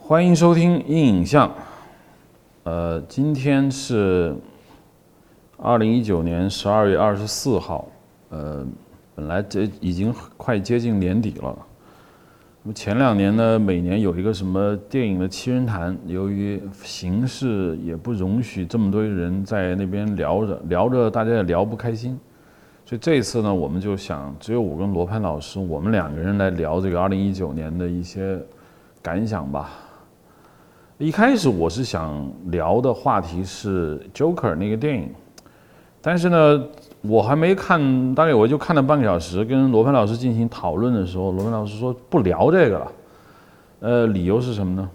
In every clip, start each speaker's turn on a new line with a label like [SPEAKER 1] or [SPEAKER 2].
[SPEAKER 1] 欢迎收听硬影像。今天是2019年12月24号。本来这已经快接近年底了。那么前2年呢，每年有一个什么电影的七人谈，由于形势也不容许这么多人在那边聊着，大家也聊不开心。所以这一次呢，我们就想只有我跟罗盘老师，我们2个人来聊这个2019年的一些感想吧。一开始我是想聊的话题是 Joker 那个电影，但是呢，我还没看，大概我就看了半个小时，跟罗盘老师进行讨论的时候，罗盘老师说不聊这个了。理由是什么呢？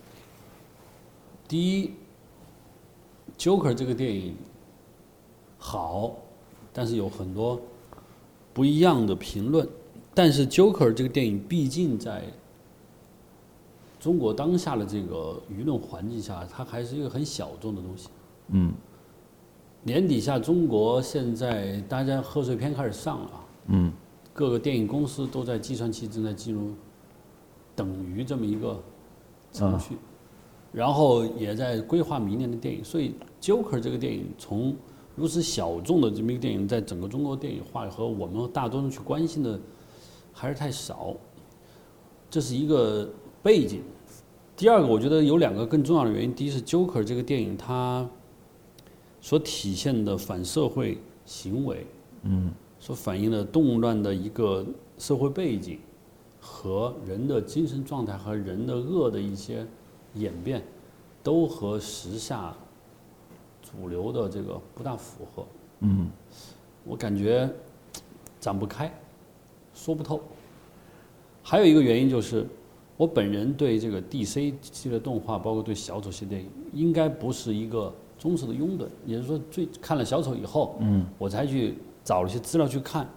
[SPEAKER 2] 第一 ，Joker 这个电影好，但是有很多不一样的评论。但是 Joker 这个电影毕竟在中国当下的这个舆论环境下，它还是一个很小众的东西。年底下，中国现在大家贺岁片开始上了，各个电影公司都在计算器正在进入等于这么一个程序，然后也在规划明年的电影。所以 Joker 这个电影从如此小众的这么一个电影，在整个中国电影化和我们大多数去关心的还是太少，这是一个背景。第二个，我觉得有2个更重要的原因。第一是 Joker 这个电影它所体现的反社会行为，所反映的动乱的一个社会背景和人的精神状态和人的恶的一些演变，都和时下主流的这个不大符合。我感觉展不开，说不透。还有一个原因就是，我本人对这个 DC 系列动画，包括对小丑系列电影，应该不是一个忠实的拥趸。也就是说，看了小丑以后，我才去找了些资料去看。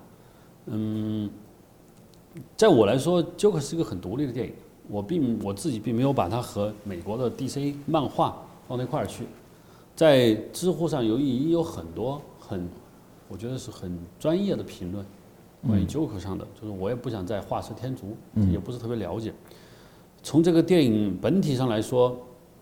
[SPEAKER 2] 在我来说 ，Joker 是一个很独立的电影。我自己并没有把它和美国的 DC 漫画放在一块儿去。在知乎上已经有很多我觉得是很专业的评论，关于 Joker 上的，就是我也不想再画蛇添足，也不是特别了解。从这个电影本体上来说，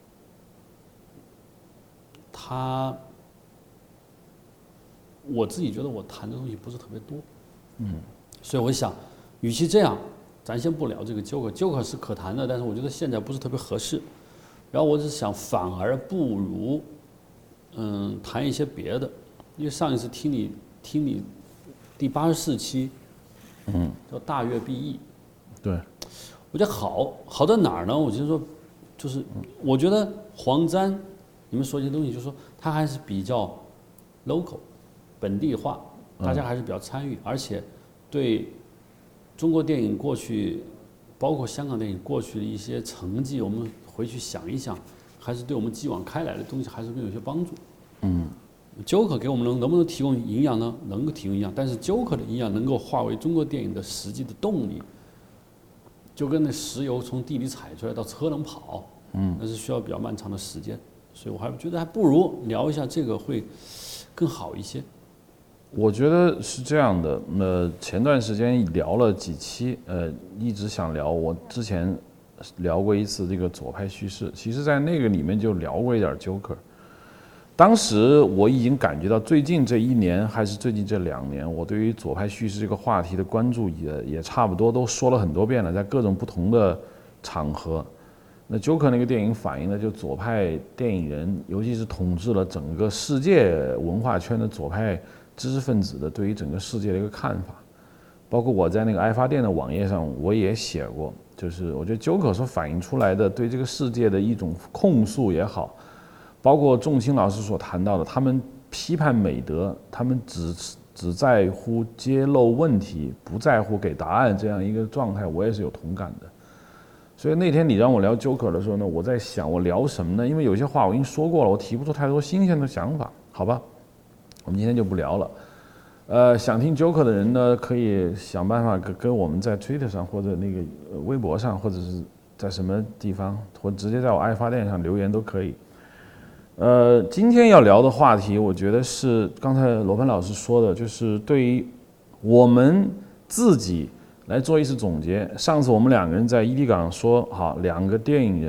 [SPEAKER 2] 我自己觉得我谈的东西不是特别多，所以我想，与其这样，咱先不聊这个 Joker 是可谈的，但是我觉得现在不是特别合适。然后我只是想，反而不如，谈一些别的，因为上一次听你第84期，叫大悦毕义，
[SPEAKER 1] 对，
[SPEAKER 2] 我觉得好在哪儿呢？我觉得说，就是我觉得黄沾，你们说一些东西，就是说他还是比较 local 本地化，大家还是比较参与，而且对中国电影过去，包括香港电影过去的一些成绩，我们回去想一想，还是对我们继往开来的东西还是会有些帮助。Joker 给我们能不能提供营养呢？能够提供营养，但是 Joker 的营养能够化为中国电影的实际的动力，就跟那石油从地里采出来到车能跑，那是需要比较漫长的时间，所以我还觉得还不如聊一下这个会更好一些。
[SPEAKER 1] 我觉得是这样的。前段时间聊了几期，一直想聊。我之前聊过一次这个左派叙事，其实在那个里面就聊过一点 Joker。当时我已经感觉到，最近这1年还是最近这2年，我对于左派叙事这个话题的关注也差不多都说了很多遍了，在各种不同的场合。那 Joker 那个电影反映的就左派电影人，尤其是统治了整个世界文化圈的左派知识分子的对于整个世界的一个看法。包括我在那个爱发电的网页上我也写过，就是我觉得 Joker 所反映出来的对这个世界的一种控诉也好，包括仲卿老师所谈到的，他们批判美德，他们只在乎揭露问题，不在乎给答案这样一个状态，我也是有同感的。所以那天你让我聊 Joker 的时候呢，我在想我聊什么呢？因为有些话我已经说过了，我提不出太多新鲜的想法，好吧？我们今天就不聊了。想听 Joker 的人呢，可以想办法跟我们在 Twitter 上或者那个微博上，或者是在什么地方，或直接在我爱发电上留言都可以。今天要聊的话题，我觉得是刚才罗盘老师说的，就是对于我们自己来做一次总结。上次我们2个人在伊犁港说，好，2个电影人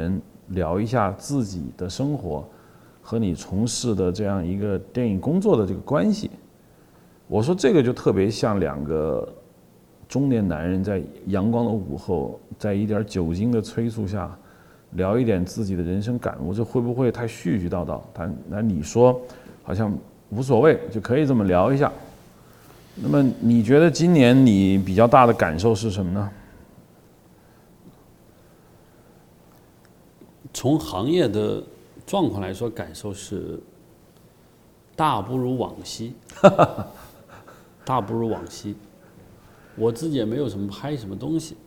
[SPEAKER 1] 聊一下自己的生活和你从事的这样一个电影工作的这个关系。我说这个就特别像两个中年男人在阳光的午后，在一点酒精的催促下，聊一点自己的人生感悟，这会不会太絮絮叨叨？那你说好像无所谓，就可以这么聊一下。那么你觉得今年你比较大的感受是什么呢？
[SPEAKER 2] 从行业的状况来说，感受是大不如往昔，大不如往昔。我自己也没有什么拍什么东西，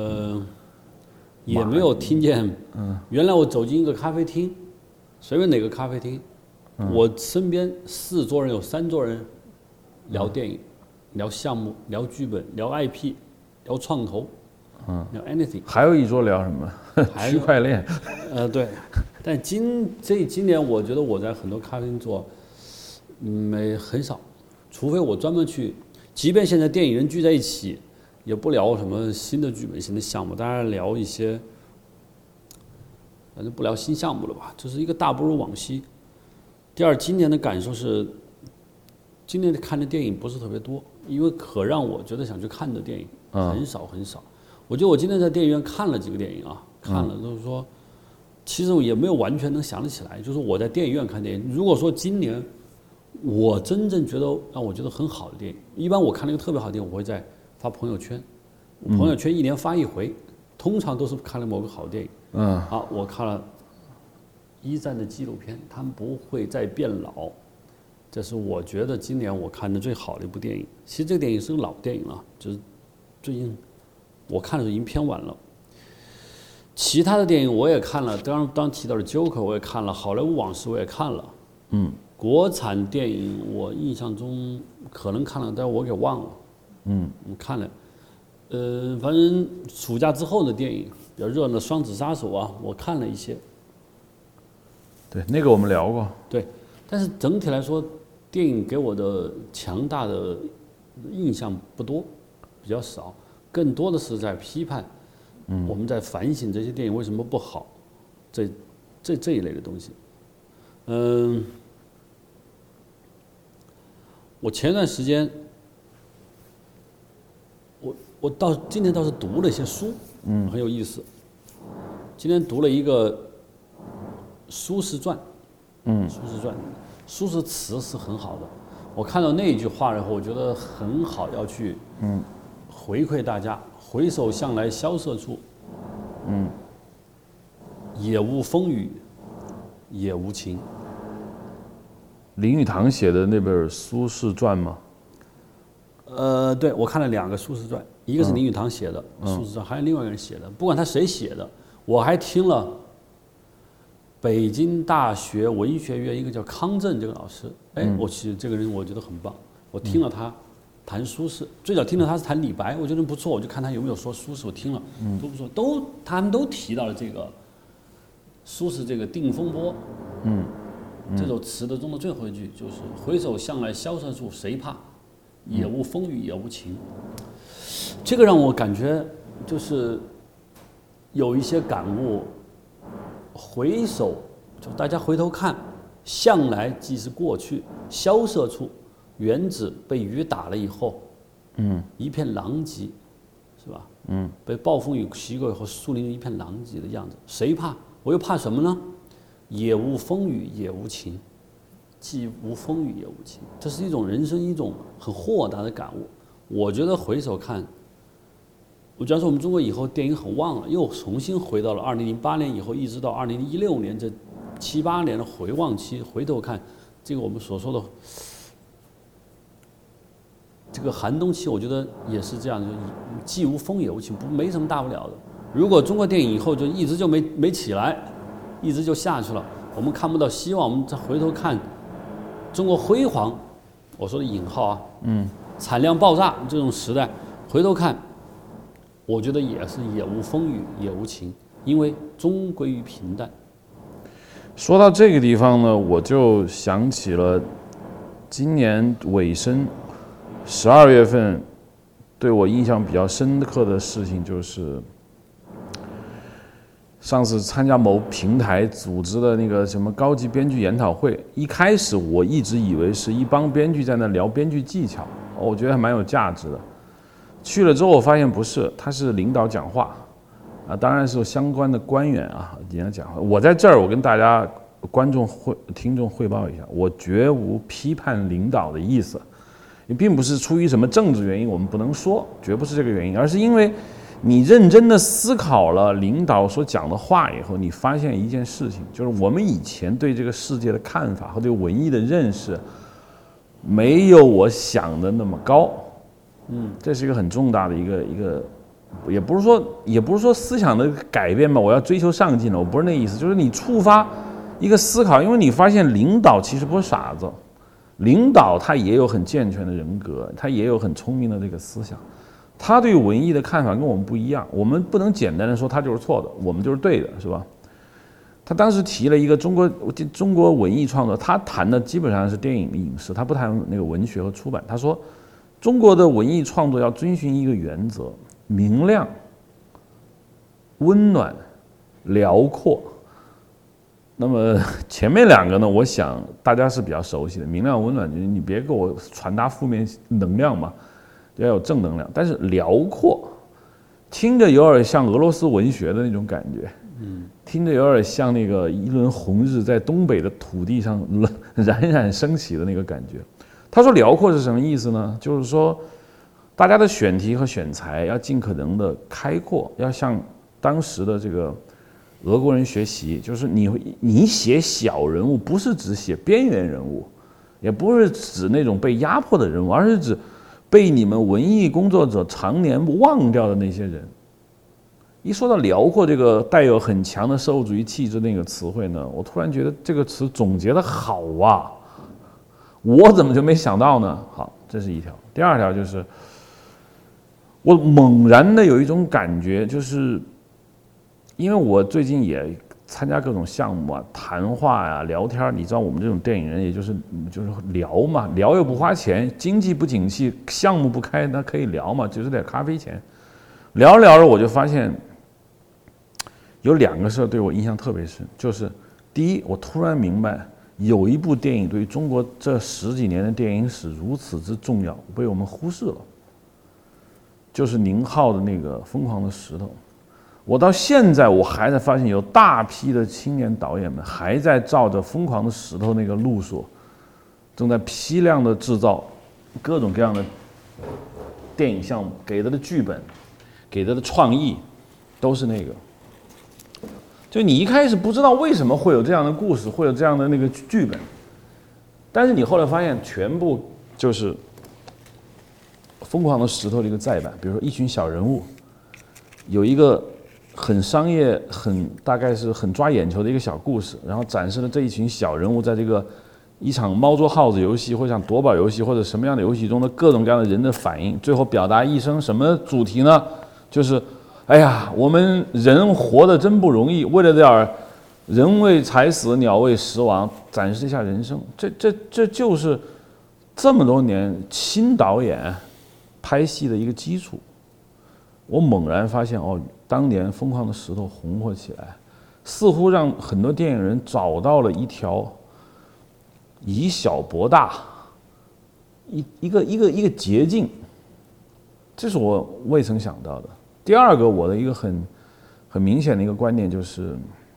[SPEAKER 2] 也没有听见。原来我走进一个咖啡厅，随便哪个咖啡厅，我身边4桌人有3桌人聊电影、聊项目、聊剧本、聊 IP、聊创投，聊 anything。
[SPEAKER 1] 还有一桌聊什么？区块链。
[SPEAKER 2] 对。但今年我觉得我在很多咖啡厅做，很少，除非我专门去。即便现在电影人聚在一起，也不聊什么新的剧本、新的项目，当然聊一些，反正不聊新项目了吧，这是一个大不如往昔。第二，今年的感受是，今年看的电影不是特别多，因为可让我觉得想去看的电影很少很少。我觉得我今天在电影院看了几个电影啊，看了就是说，其实我也没有完全能想得起来，就是我在电影院看电影。如果说今年我真正觉得让我觉得很好的电影，一般我看了一个特别好的电影，我会在发朋友圈。我朋友圈1年发1回，通常都是看了某个好电影。我看了1战的纪录片，他们不会再变老，这是我觉得今年我看的最好的一部电影。其实这个电影是个老电影了，就是最近我看的时候已经偏晚了。其他的电影我也看了，当提到的《Joker》我也看了，《好莱坞往事》我也看了。国产电影我印象中可能看了，但是我给忘了。看了。反正暑假之后的电影比较热闹，《双子杀手》啊，我看了一些。
[SPEAKER 1] 对，那个我们聊过。
[SPEAKER 2] 对，但是整体来说，电影给我的强大的印象不多，比较少，更多的是在批判。我们在反省这些电影为什么不好，这一类的东西。我前段时间，我今天倒是读了一些书，很有意思。今天读了一个苏轼传，苏轼传，苏轼词是很好的。我看到那一句话以后，我觉得很好，要去回馈大家。回首向来萧瑟处，也无风雨，也无晴。
[SPEAKER 1] 林语堂写的那本《苏轼传》吗？
[SPEAKER 2] 对，我看了2个苏轼传，一个是林语堂写的苏轼传，还有另外一个人写的，不管他谁写的，我还听了北京大学文学院一个叫康震这个老师，我其实这个人我觉得很棒，我听了他谈苏轼，最早听到他是谈李白，我觉得不错，我就看他有没有说苏轼，我听了都不错，他们都提到了这个苏轼这个《定风波》，这首词的中的最后一句就是“回首向来萧瑟处，谁怕？也无风雨也无晴。”这个让我感觉就是有一些感悟。回首，就大家回头看，向来即是过去，萧瑟处，原指被雨打了以后，一片狼藉，是吧？被暴风雨袭过以后，树林一片狼藉的样子。谁怕？我又怕什么呢？也无风雨也无晴，既无风雨也无晴。这是一种人生一种很豁达的感悟。我觉得回首看，我假如说我们中国以后电影很旺了，又重新回到了2008年以后，一直到2016年这7、8年的回望期，回头看这个我们所说的这个寒冬期，我觉得也是这样的，既无风也无晴，没什么大不了的。如果中国电影以后就一直就没起来，一直就下去了，我们看不到希望，我们再回头看中国辉煌，我说的引号啊，产量爆炸这种时代，回头看，我觉得也是也无风雨也无晴，因为终归于平淡。
[SPEAKER 1] 说到这个地方呢，我就想起了今年尾声12月份对我印象比较深刻的事情，就是上次参加某平台组织的那个什么高级编剧研讨会，一开始我一直以为是一帮编剧在那聊编剧技巧，我觉得还蛮有价值的。去了之后我发现不是，他是领导讲话，啊，当然是有相关的官员啊领导讲话。我在这儿，我跟大家听众汇报一下，我绝无批判领导的意思，也并不是出于什么政治原因，我们不能说，绝不是这个原因，而是因为你认真的思考了领导所讲的话以后，你发现一件事情，就是我们以前对这个世界的看法和对文艺的认识，没有我想的那么高。这是一个很重大的一个，也不是说思想的改变吧，我要追求上进了，我不是那意思，就是你触发一个思考，因为你发现领导其实不是傻子，领导他也有很健全的人格，他也有很聪明的这个思想，他对文艺的看法跟我们不一样，我们不能简单的说他就是错的，我们就是对的，是吧？他当时提了一个中国文艺创作，他谈的基本上是电影影视，他不谈那个文学和出版。他说，中国的文艺创作要遵循一个原则：明亮、温暖、辽阔。那么前面两个呢，我想大家是比较熟悉的，明亮、温暖，就是你别给我传达负面能量嘛，要有正能量。但是辽阔，听着有点像俄罗斯文学的那种感觉。听着有点像那个一轮红日在东北的土地上冉冉升起的那个感觉。他说辽阔是什么意思呢？就是说大家的选题和选材要尽可能的开阔，要向当时的这个俄国人学习，就是你写小人物不是只写边缘人物，也不是指那种被压迫的人物，而是指被你们文艺工作者常年忘掉的那些人。一说到辽阔这个带有很强的社会主义气质那个词汇呢，我突然觉得这个词总结的好啊，我怎么就没想到呢？好，这是一条。第二条就是我猛然的有一种感觉，就是因为我最近也参加各种项目啊，谈话呀、聊天，你知道我们这种电影人也就是聊嘛，聊又不花钱，经济不景气，项目不开，那可以聊嘛，就是点咖啡钱。聊着聊着我就发现有两个事对我印象特别深，就是第一，我突然明白有一部电影对于中国这10几年的电影史如此之重要，被我们忽视了，就是宁浩的那个《疯狂的石头》。我到现在我还在发现有大批的青年导演们还在照着《疯狂的石头》那个路数，正在批量的制造各种各样的电影项目，给他的剧本，给他的创意都是那个。就你一开始不知道为什么会有这样的故事，会有这样的那个剧本，但是你后来发现全部就是《疯狂的石头》的一个再版。比如说一群小人物，有一个很商业、大概是很抓眼球的一个小故事，然后展示了这一群小人物在这个一场猫捉耗子游戏或者像夺宝游戏或者什么样的游戏中的各种各样的人的反应，最后表达一生什么主题呢？就是哎呀，我们人活得真不容易，为了点人为财死，鸟为食亡，展示一下人生。这就是这么多年新导演拍戏的一个基础。我猛然发现，当年《疯狂的石头》红火起来，似乎让很多电影人找到了一条以小博大，一个捷径。这是我未曾想到的。第二个，我的一个很明显的一个观点就是，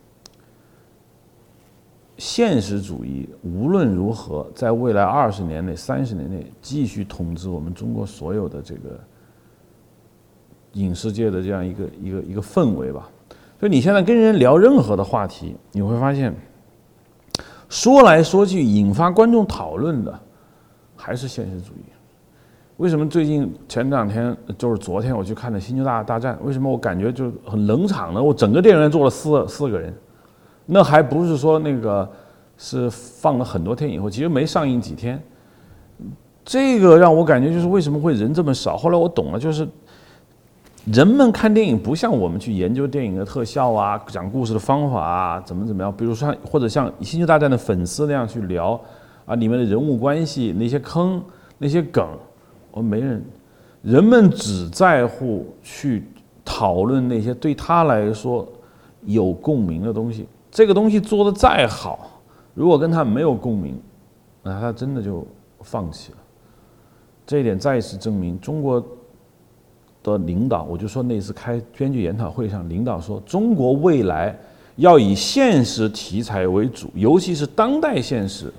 [SPEAKER 1] 现实主义无论如何，在未来20年内、30年内继续统治我们中国所有的这个影视界的这样一个氛围吧。所以你现在跟人聊任何的话题，你会发现，说来说去引发观众讨论的还是现实主义。为什么最近前2天就是昨天我去看的《星球大战》，为什么我感觉就很冷场呢？我整个电影院坐了四个人，那还不是说那个是放了很多天以后，其实没上映几天。这个让我感觉就是为什么会人这么少。后来我懂了，就是人们看电影不像我们去研究电影的特效啊、讲故事的方法啊，怎么样。比如说或者像《星球大战》的粉丝那样去聊啊，里面的人物关系、那些坑、那些梗。没人们只在乎去讨论那些对他来说有共鸣的东西。这个东西做得再好，如果跟他没有共鸣，那他真的就放弃了。这一点再一次证明，中国的领导，我就说那次开编剧研讨会上，领导说中国未来要以现实题材为主，尤其是当代现实。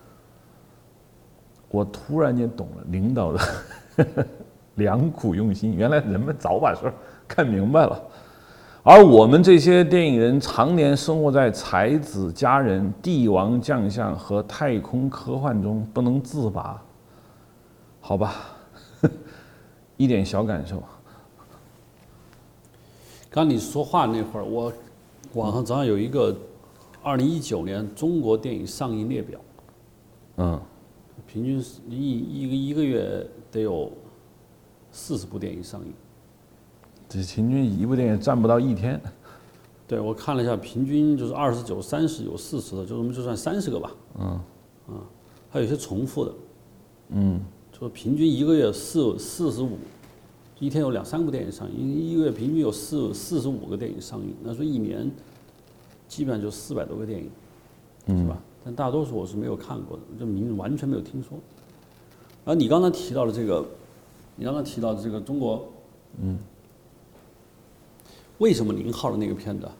[SPEAKER 1] 我突然间懂了领导的良苦用心，原来人们早把事儿看明白了。而我们这些电影人常年生活在才子佳人、帝王将相和太空科幻中不能自拔，好吧，一点小感受。
[SPEAKER 2] 刚你说话那会儿，我网上正好有一个2019年中国电影上映列表，平均一个月得有40部电影上映。
[SPEAKER 1] 这平均一部电影占不到一天。
[SPEAKER 2] 对，我看了一下，平均就是29、30有40的，就我们就算30个吧。还有一些重复的。就是平均一个月45，一天有2、3部电影上映，一个月平均有45个电影上映，那说一年基本上就400多个电影，是吧？但大多数我是没有看过的，这名字完全没有听说。而你刚才提到的这个，中国，为什么0号的那个片子？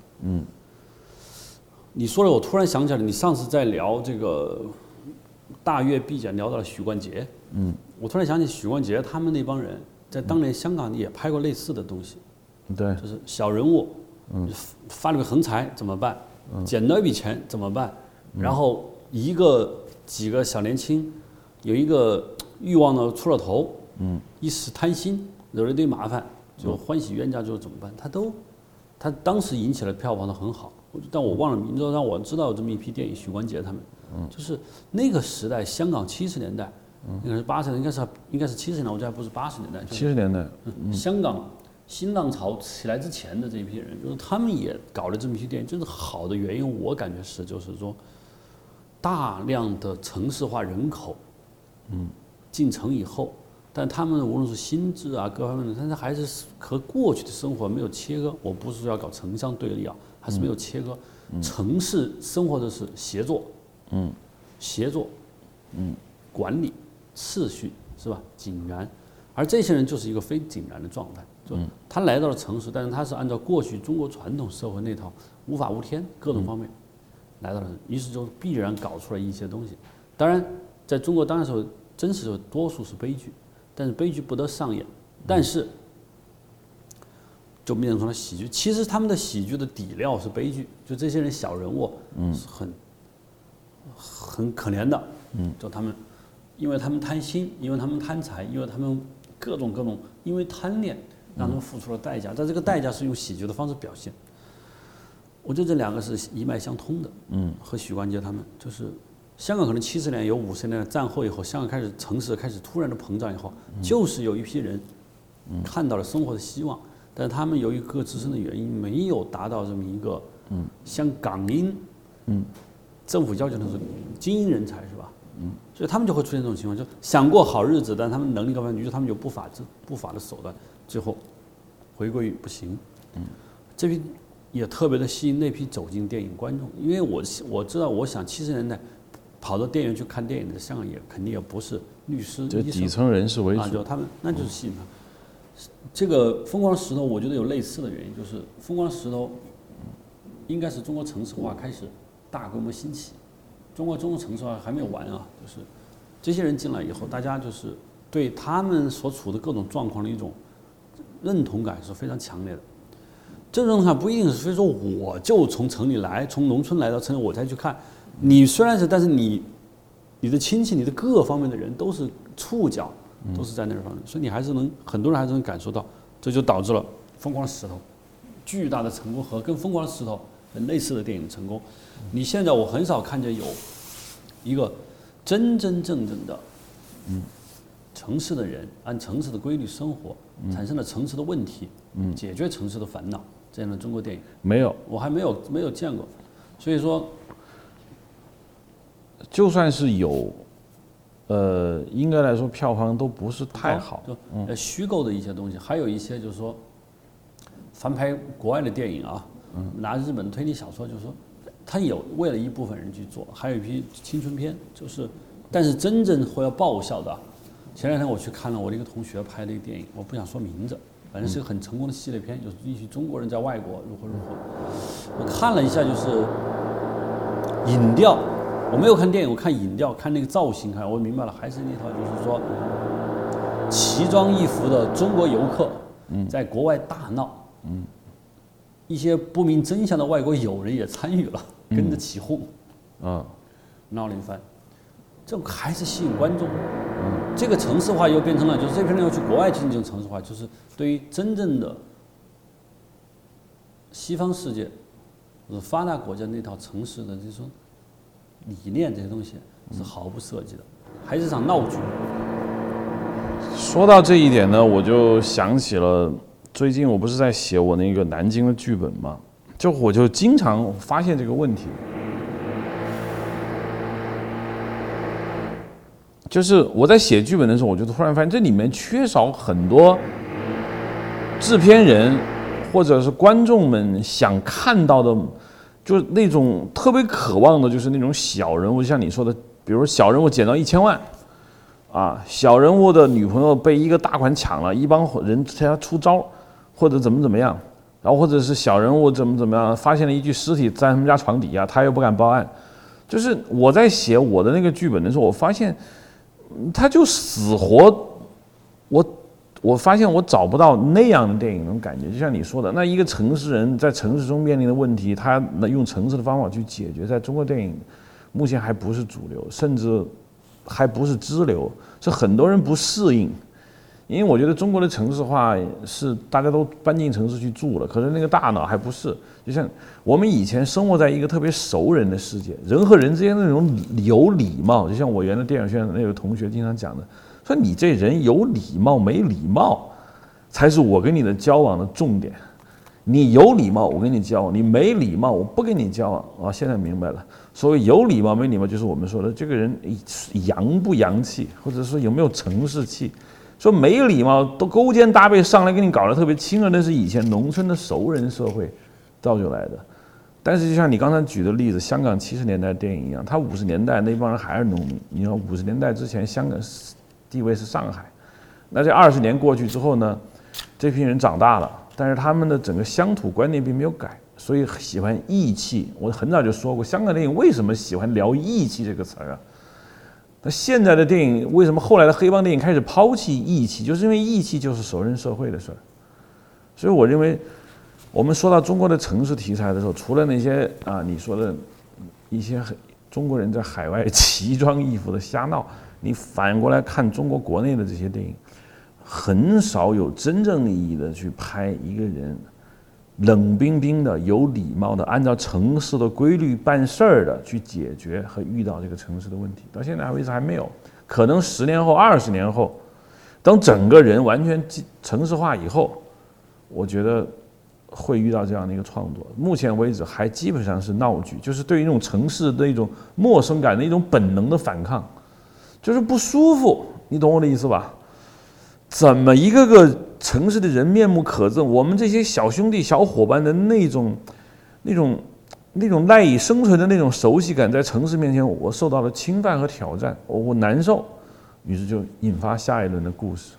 [SPEAKER 2] 你说了，我突然想起来，你上次在聊这个大阅必讲，聊到了许冠杰。我突然想起许冠杰他们那帮人在当年香港也拍过类似的东西。
[SPEAKER 1] 对，
[SPEAKER 2] 就是小人物，发了个横财怎么办？捡到一笔钱怎么办？然后几个小年轻有一个欲望呢出了头，一时贪心惹了一堆麻烦，就欢喜冤家，就怎么办？他当时引起了票房的很好，但我忘了名字，让我知道有这么一批电影，许冠杰他们，就是那个时代香港70年代，应该是80年，应该是70年代，我觉得还不是80年代
[SPEAKER 1] ，70年代，
[SPEAKER 2] 香港新浪潮起来之前的这一批人，就是他们也搞了这么一批电影，就是好的原因，我感觉就是说，大量的城市化人口，进城以后，但他们无论是心智啊各方面的，但是还是和过去的生活没有切割。我不是说要搞城乡对立啊，还是没有切割。城市生活的是协作，管理秩序是吧？井然，而这些人就是一个非井然的状态，就他来到了城市，但是他是按照过去中国传统社会那套无法无天各种方面来到了，于是就必然搞出来一些东西。当然，在中国当然说真实的多数是悲剧，但是悲剧不得上演，但是就变成了喜剧。其实他们的喜剧的底料是悲剧，就这些人小人物是很可怜的，就他们因为他们贪心，因为他们贪财，因为他们各种因为贪恋让他们付出了代价，但这个代价是用喜剧的方式表现。我觉得这两个是一脉相通的，和许冠杰他们就是香港可能70年有50年战后以后，香港城市开始突然的膨胀以后，就是有一批人看到了生活的希望，但是他们由于各自身的原因没有达到这么一个像港英政府要求的是精英人才是吧？所以他们就会出现这种情况，就想过好日子，但他们能力各方面，于是他们有不法的手段，最后回归于不行。这批也特别的吸引那批走进电影观众，因为我知道，我想70年代跑到电影院去看电影的香港也肯定也不是律师、
[SPEAKER 1] 就底层人士为主，
[SPEAKER 2] 就他们那就是吸引他。这个《疯狂石头》我觉得有类似的原因，就是《疯狂石头》应该是中国城市化开始大规模兴起，中国城市化还没有完啊，就是这些人进来以后，大家就是对他们所处的各种状况的一种认同感是非常强烈的。这种认同感不一定是非说我就从城里来，从农村来到城里我才去看。你虽然是，但是你的亲戚、你的各方面的人都是触角，都是在那方面，所以你还是很多人还是能感受到，这就导致了《疯狂石头》巨大的成功和跟《疯狂石头》很类似的电影成功。你现在我很少看见有一个真正的城市的人按城市的规律生活，产生了城市的问题，解决城市的烦恼这样的中国电影
[SPEAKER 1] 没有，
[SPEAKER 2] 我还没有见过。所以说，
[SPEAKER 1] 就算是有，应该来说票房都不是太好，
[SPEAKER 2] 就虚构的一些东西，还有一些就是说翻拍国外的电影啊， 拿日本推理小说，就是说他有为了一部分人去做，还有一批青春片，就是但是真正会要爆笑的。前两天我去看了我的一个同学拍的一个电影，我不想说名字，反正是个很成功的系列片，就是一群中国人在外国如何如何。我看了一下，就是影调，我没有看电影，我看影调，看那个造型，我明白了，还是那套，就是说奇装异服的中国游客在国外大闹，一些不明真相的外国友人也参与了，跟着起哄，闹了一番，这种还是吸引观众。这个城市化又变成了，就是这批人要去国外进行城市化，就是对于真正的西方世界，就是发达国家那套城市的这种理念，这些东西是毫不涉及的，还是场闹剧。
[SPEAKER 1] 说到这一点呢，我就想起了最近我不是在写我那个南京的剧本嘛，我就经常发现这个问题。就是我在写剧本的时候，我就突然发现这里面缺少很多制片人或者是观众们想看到的，就是那种特别渴望的，就是那种小人物，像你说的，比如小人物捡到1000万，小人物的女朋友被一个大款抢了，一帮人替他出招，或者怎么样，然后或者是小人物怎么样，发现了一具尸体在他们家床底下，他又不敢报案。就是我在写我的那个剧本的时候，我发现。他就死活，我发现我找不到那样的电影那种感觉，就像你说的，那一个城市人在城市中面临的问题，他能用城市的方法去解决，在中国电影目前还不是主流，甚至还不是支流，是很多人不适应。因为我觉得中国的城市化是大家都搬进城市去住了，可是那个大脑还不是。就像我们以前生活在一个特别熟人的世界，人和人之间的那种有礼貌，就像我原来电影学院那个同学经常讲的，说你这人有礼貌没礼貌，才是我跟你的交往的重点。你有礼貌，我跟你交往；你没礼貌，我不跟你交往。现在明白了，所谓有礼貌没礼貌，就是我们说的这个人洋不洋气，或者说有没有城市气。说没礼貌都勾肩搭背上来跟你搞得特别亲热，那是以前农村的熟人社会造就来的。但是就像你刚才举的例子，香港70年代电影一样，他50年代那帮人还是农民。你看50年代之前，香港地位是上海，那这20年过去之后呢，这批人长大了，但是他们的整个乡土观念并没有改，所以喜欢义气。我很早就说过，香港电影为什么喜欢聊义气这个词儿啊？那现在的电影为什么后来的黑帮电影开始抛弃义气？就是因为义气就是熟人社会的事儿。所以我认为，我们说到中国的城市题材的时候，除了那些你说的一些中国人在海外奇装异服的瞎闹，你反过来看中国国内的这些电影，很少有真正意义的去拍一个人冷冰冰的、有礼貌的，按照城市的规律办事儿的去解决和遇到这个城市的问题，到现在为止还没有。可能10年后、20年后，等整个人完全城市化以后，我觉得会遇到这样的一个创作。目前为止还基本上是闹剧，就是对于那种城市的一种陌生感的一种本能的反抗，就是不舒服，你懂我的意思吧？怎么一个个城市的人面目可憎，我们这些小兄弟小伙伴的那种赖以生存的那种熟悉感，在城市面前我受到了侵犯和挑战，我难受，于是就引发下一轮的故事。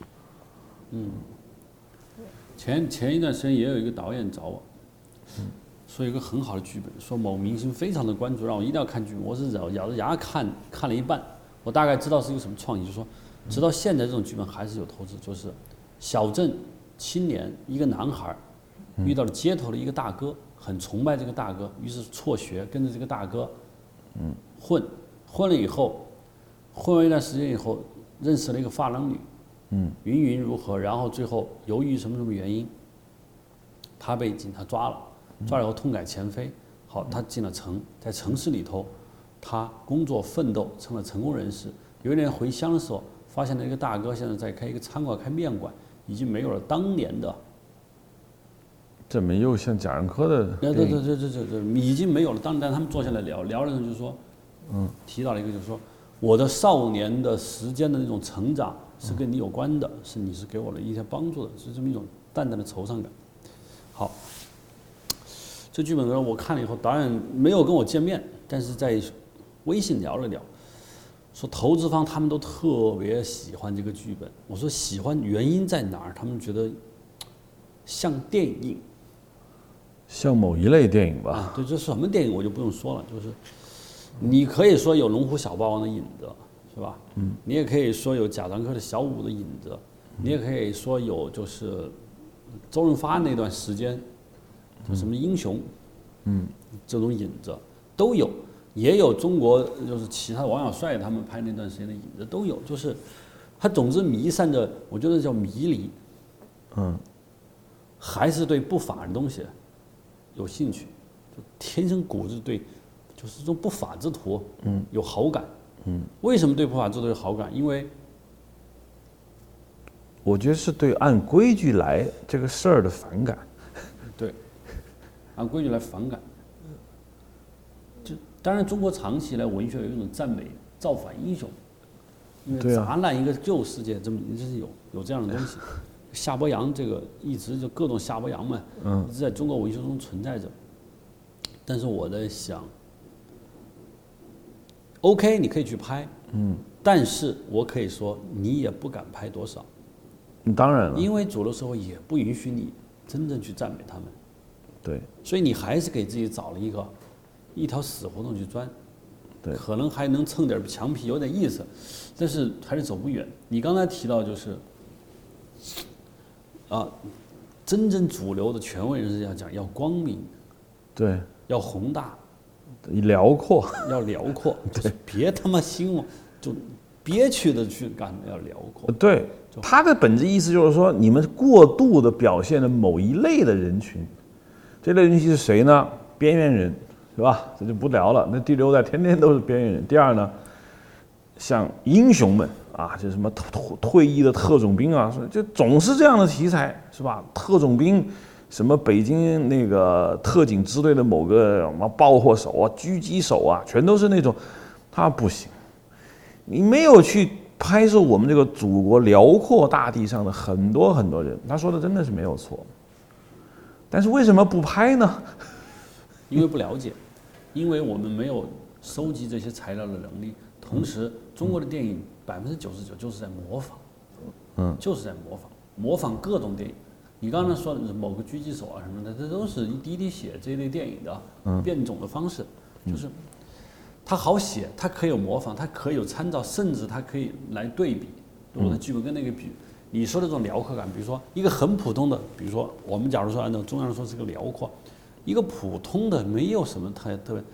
[SPEAKER 2] 前一段时间也有一个导演找我，说有一个很好的剧本，说某明星非常的关注，让我一定要看剧本。我是咬着牙看了一半，我大概知道是一个什么创意，就是说直到现在这种剧本还是有投资，就是小镇青年一个男孩遇到了街头的一个大哥，很崇拜这个大哥，于是辍学跟着这个大哥混了以后，混完一段时间以后认识了一个发廊女，云如何，然后最后由于什么原因，他被警察抓了以后痛改前非，好，他进了城，在城市里头他工作奋斗成了成功人士。有一年回乡的时候，发现了一个大哥现在在开一个餐馆，开面馆，已经没有了当年的。
[SPEAKER 1] 怎么又像贾樟柯的？
[SPEAKER 2] 对，已经没有了。当年他们坐下来聊的时候就说，提到了一个，就是说我的少年的时间的那种成长是跟你有关的，你是给我了一些帮助的，是这么一种淡淡的惆怅感。好， 这剧本呢，我看了以后，导演没有跟我见面，但是在微信聊了聊，说投资方他们都特别喜欢这个剧本。我说喜欢原因在哪儿？他们觉得像电影，
[SPEAKER 1] 像某一类电影吧。
[SPEAKER 2] 啊，对，这什么电影我就不用说了，就是你可以说有龙虎小霸王的影子，是吧？你也可以说有贾樟柯的小五的影子，你也可以说有就是周润发那段时间，就什么英雄，这种影子都有，也有中国就是其他王小帅他们拍那段时间的影子都有，就是他总之弥散着，我觉得叫迷离，还是对不法的东西有兴趣，就天生骨子对，就是这种不法之徒，有好感，为什么对不法之徒有好感？因为
[SPEAKER 1] 我觉得是对按规矩来这个事儿的反感。
[SPEAKER 2] 对，按规矩来反感。就当然，中国长期以来文学有一种赞美造反英雄，因为砸烂一个旧世界，这么就是有这样的东西。夏伯阳这个一直就各种夏伯阳嘛，一直在中国文学中存在着。但是我在想 ，OK， 你可以去拍，但是我可以说你也不敢拍多少。
[SPEAKER 1] 当然了，
[SPEAKER 2] 因为主流社会也不允许你真正去赞美他们，
[SPEAKER 1] 对，
[SPEAKER 2] 所以你还是给自己找了一条死胡同去钻，
[SPEAKER 1] 对，
[SPEAKER 2] 可能还能蹭点墙皮，有点意思，但是还是走不远。你刚才提到就是真正主流的权威人士要讲要光明，
[SPEAKER 1] 对，
[SPEAKER 2] 要宏大，
[SPEAKER 1] 辽阔，
[SPEAKER 2] 要辽阔，就是别他妈兴旺，就憋屈的去干，要辽阔。
[SPEAKER 1] 对，他的本质意思就是说，你们过度的表现了某一类的人群，这类人群是谁呢？边缘人，是吧？这就不聊了。那第六代天天都是边缘人。第二呢，像英雄们啊，就什么退役的特种兵啊，就总是这样的题材，是吧？特种兵，什么北京那个特警支队的某个什么爆破手啊、狙击手啊，全都是那种，他不行。你没有去拍摄我们这个祖国辽阔大地上的很多很多人，他说的真的是没有错。但是为什么不拍呢？
[SPEAKER 2] 因为不了解，因为我们没有收集这些材料的能力。同时，中国的电影99%就是在模仿，就是在模仿各种电影。你刚才说的某个狙击手啊什么的，这都是一滴滴血这一类电影的变种的方式，就是它好写，它可以有模仿，它可以有参照，甚至它可以来对比我的剧本跟那个比。你说的这种辽阔感，比如说一个很普通的，比如说我们假如说按照中央说是个辽阔，一个普通的没有什么特别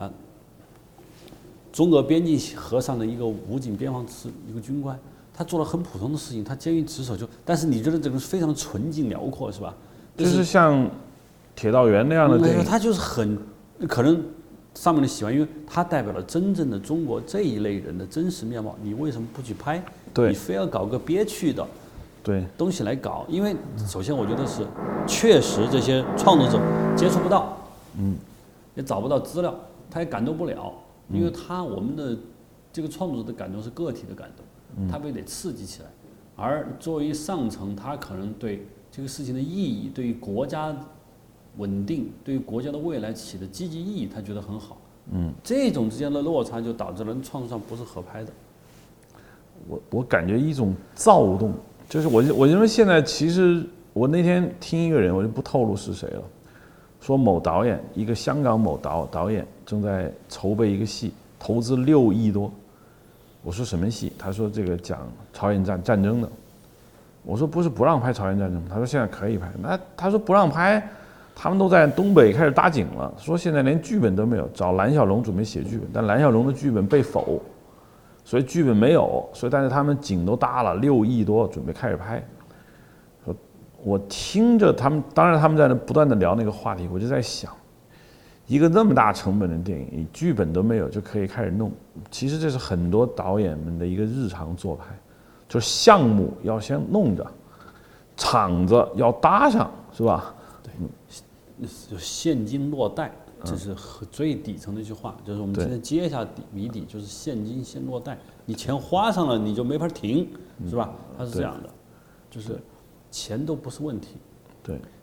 [SPEAKER 2] 中俄边境河上的一个武警边防一个军官，他做了很普通的事情，他坚于职守但是你觉得这个非常的纯净辽阔是吧？
[SPEAKER 1] 就是像铁道员那样的电影，
[SPEAKER 2] 他就是很可能上面的喜欢，因为它代表了真正的中国这一类人的真实面貌。你为什么不去拍？
[SPEAKER 1] 对，
[SPEAKER 2] 你非要搞个憋屈的
[SPEAKER 1] 对
[SPEAKER 2] 东西来搞？因为首先我觉得是确实这些创作者接触不到，也找不到资料，他也感动不了，因为我们的这个创作者的感动是个体的感动，他必须得刺激起来。而作为上层，他可能对这个事情的意义，对于国家稳定，对于国家的未来起的积极意义，他觉得很好。这种之间的落差就导致了创作上不是合拍的。
[SPEAKER 1] 我感觉一种躁动，就是我认为现在其实我那天听一个人，我就不透露是谁了，说某导演，一个香港某导演正在筹备一个戏，投资6亿多。我说什么戏？他说这个讲朝鲜战争的。我说不是不让拍朝鲜战争，他说现在可以拍。那他说不让拍，他们都在东北开始搭景了，说现在连剧本都没有，找蓝小龙准备写剧本，但蓝小龙的剧本被否，所以剧本没有，但是他们景都搭了6亿多，准备开始拍。我听着他们，当然他们在那不断的聊那个话题，我就在想，一个那么大成本的电影，剧本都没有就可以开始弄，其实这是很多导演们的一个日常做派，就是项目要先弄着，场子要搭上，是吧？
[SPEAKER 2] 对，就现金落袋，这是最底层的一句话，就是我们今天接一下谜底，就是现金先落袋，你钱花上了你就没法停，是吧？它是这样的，就是钱都不是问题。
[SPEAKER 1] 对，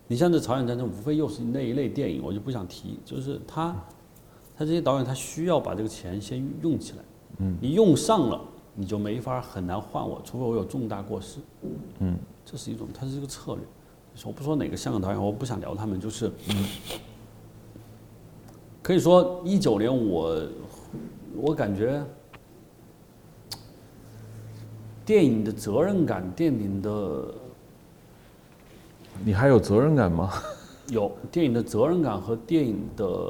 [SPEAKER 2] 你像这朝鲜战争，无非又是那一类电影，我就不想提。就是他这些导演，他需要把这个钱先用起来。你用上了，你就没法很难换我，除非我有重大过失。这是一种，它是一个策略。我不说哪个香港导演，我不想聊他们，就是可以说19年我感觉电影的责任感，电影的。
[SPEAKER 1] 你还有责任感吗？
[SPEAKER 2] 有电影的责任感和电影的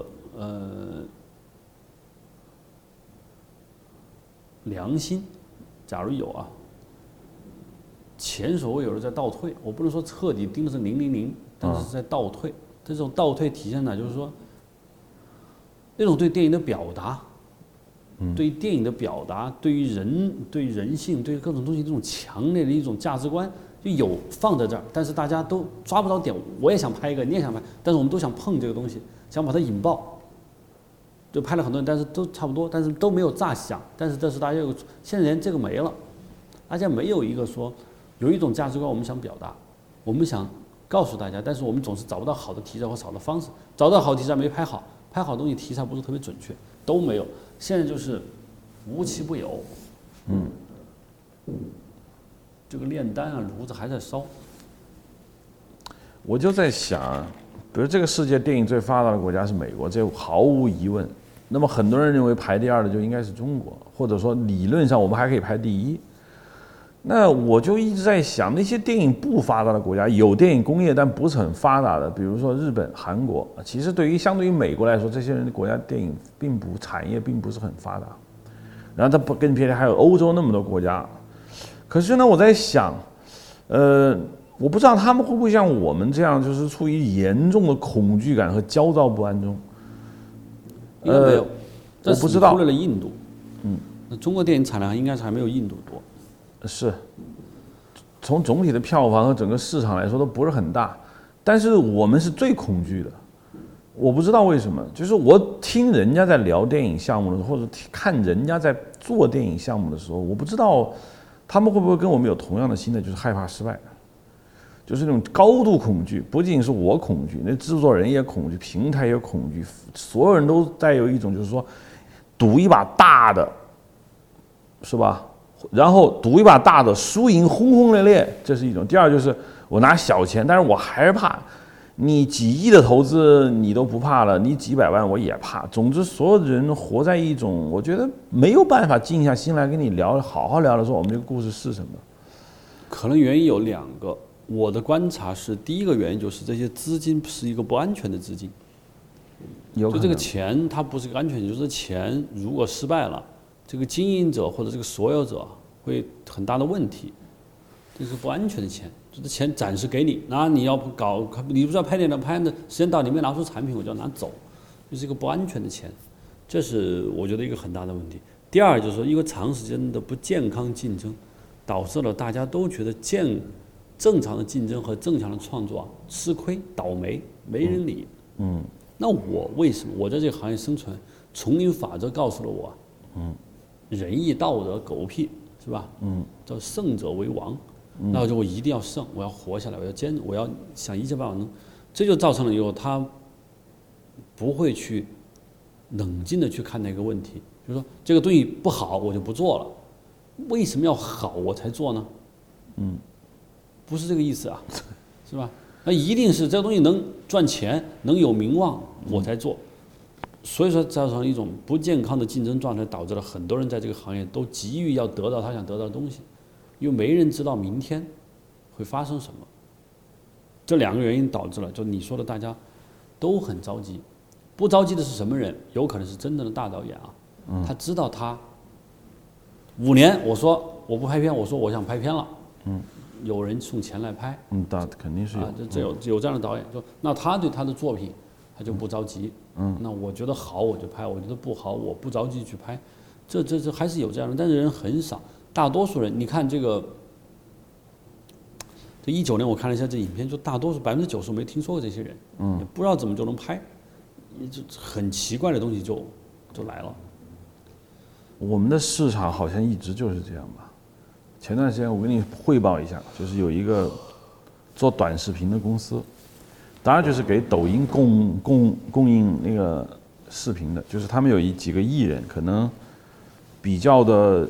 [SPEAKER 2] 良心，假如有啊，前所未有的在倒退。我不能说彻底盯的是000，但是在倒退。这种倒退体现呢，就是说那种对电影的表达，对电影的表达，对于人性，对于各种东西这种强烈的一种价值观。就有放在这儿，但是大家都抓不着点。我也想拍一个，你也想拍，但是我们都想碰这个东西，想把它引爆。就拍了很多人，但是都差不多，但是都没有炸响。但是这是大家有，现在连这个没了，大家没有一个说有一种价值观我们想表达，我们想告诉大家，但是我们总是找不到好的题材或好的方式，找到好题材没拍好，拍好东西题材不是特别准确，都没有。现在就是无奇不有。这个炼丹啊，炉子还在烧。
[SPEAKER 1] 我就在想，比如这个世界电影最发达的国家是美国，这毫无疑问。那么很多人认为排第2的就应该是中国，或者说理论上我们还可以排第1。那我就一直在想，那些电影不发达的国家，有电影工业但不是很发达的，比如说日本、韩国，其实相对于美国来说，这些人的国家电影产业并不是很发达。然后它不跟别的还有欧洲那么多国家。可是呢，我在想，我不知道他们会不会像我们这样，就是处于严重的恐惧感和焦躁不安中。
[SPEAKER 2] 应该没有，
[SPEAKER 1] 我不知道。
[SPEAKER 2] 忽略了印度，那中国电影产量应该是还没有印度多。
[SPEAKER 1] 是，从总体的票房和整个市场来说都不是很大，但是我们是最恐惧的。我不知道为什么，就是我听人家在聊电影项目的时候，或者看人家在做电影项目的时候，我不知道。他们会不会跟我们有同样的心态，就是害怕失败，就是那种高度恐惧。不仅是我恐惧，那制作人也恐惧，平台也恐惧，所有人都带有一种就是说，赌一把大的，是吧？然后赌一把大的，输赢轰轰烈烈，这是一种。第二就是我拿小钱，但是我还是怕。你几亿的投资你都不怕了，你几百万我也怕。总之，所有的人活在一种我觉得没有办法静下心来跟你聊，好好聊的说我们这个故事是什么。
[SPEAKER 2] 可能原因有2个，我的观察是，第一个原因就是这些资金是一个不安全的资金。就这个钱它不是个安全，就是钱如果失败了，这个经营者或者这个所有者会很大的问题，这是不安全的钱。这钱暂时给你，那你要搞，你不知道拍电影拍的时间到，你没拿出产品，我就要拿走，就是一个不安全的钱，这是我觉得一个很大的问题。第二就是说，因为长时间的不健康竞争，导致了大家都觉得正常的竞争和正常的创作吃亏倒霉，没人理。那我为什么我在这个行业生存？丛林法则告诉了我，仁义道德狗屁是吧？叫胜者为王。那我一定要胜，我要活下来，我要想一切办法能，这就造成了以后他不会去冷静的去看待一个问题，就是说这个东西不好我就不做了，为什么要好我才做呢？不是这个意思啊，是吧？那一定是这个东西能赚钱，能有名望我才做，所以说造成一种不健康的竞争状态，导致了很多人在这个行业都急于要得到他想得到的东西。因为没人知道明天会发生什么，这2个原因导致了，就你说的，大家都很着急。不着急的是什么人？有可能是真正的大导演啊，他知道他5年，我说我不拍片，我说我想拍片了，有人送钱来拍，
[SPEAKER 1] 那肯定是有，
[SPEAKER 2] 这有这样的导演，说那他对他的作品他就不着急，那我觉得好我就拍，我觉得不好我不着急去拍，这还是有这样的，但是人很少。大多数人，你看这19年我看了一下这影片，就大多数90%没听说过这些人，也不知道怎么就能拍，就很奇怪的东西就来了。
[SPEAKER 1] 我们的市场好像一直就是这样吧。前段时间我跟你汇报一下，就是有一个做短视频的公司， 当然就是给抖音供应那个视频的，就是他们有几个艺人，可能比较的，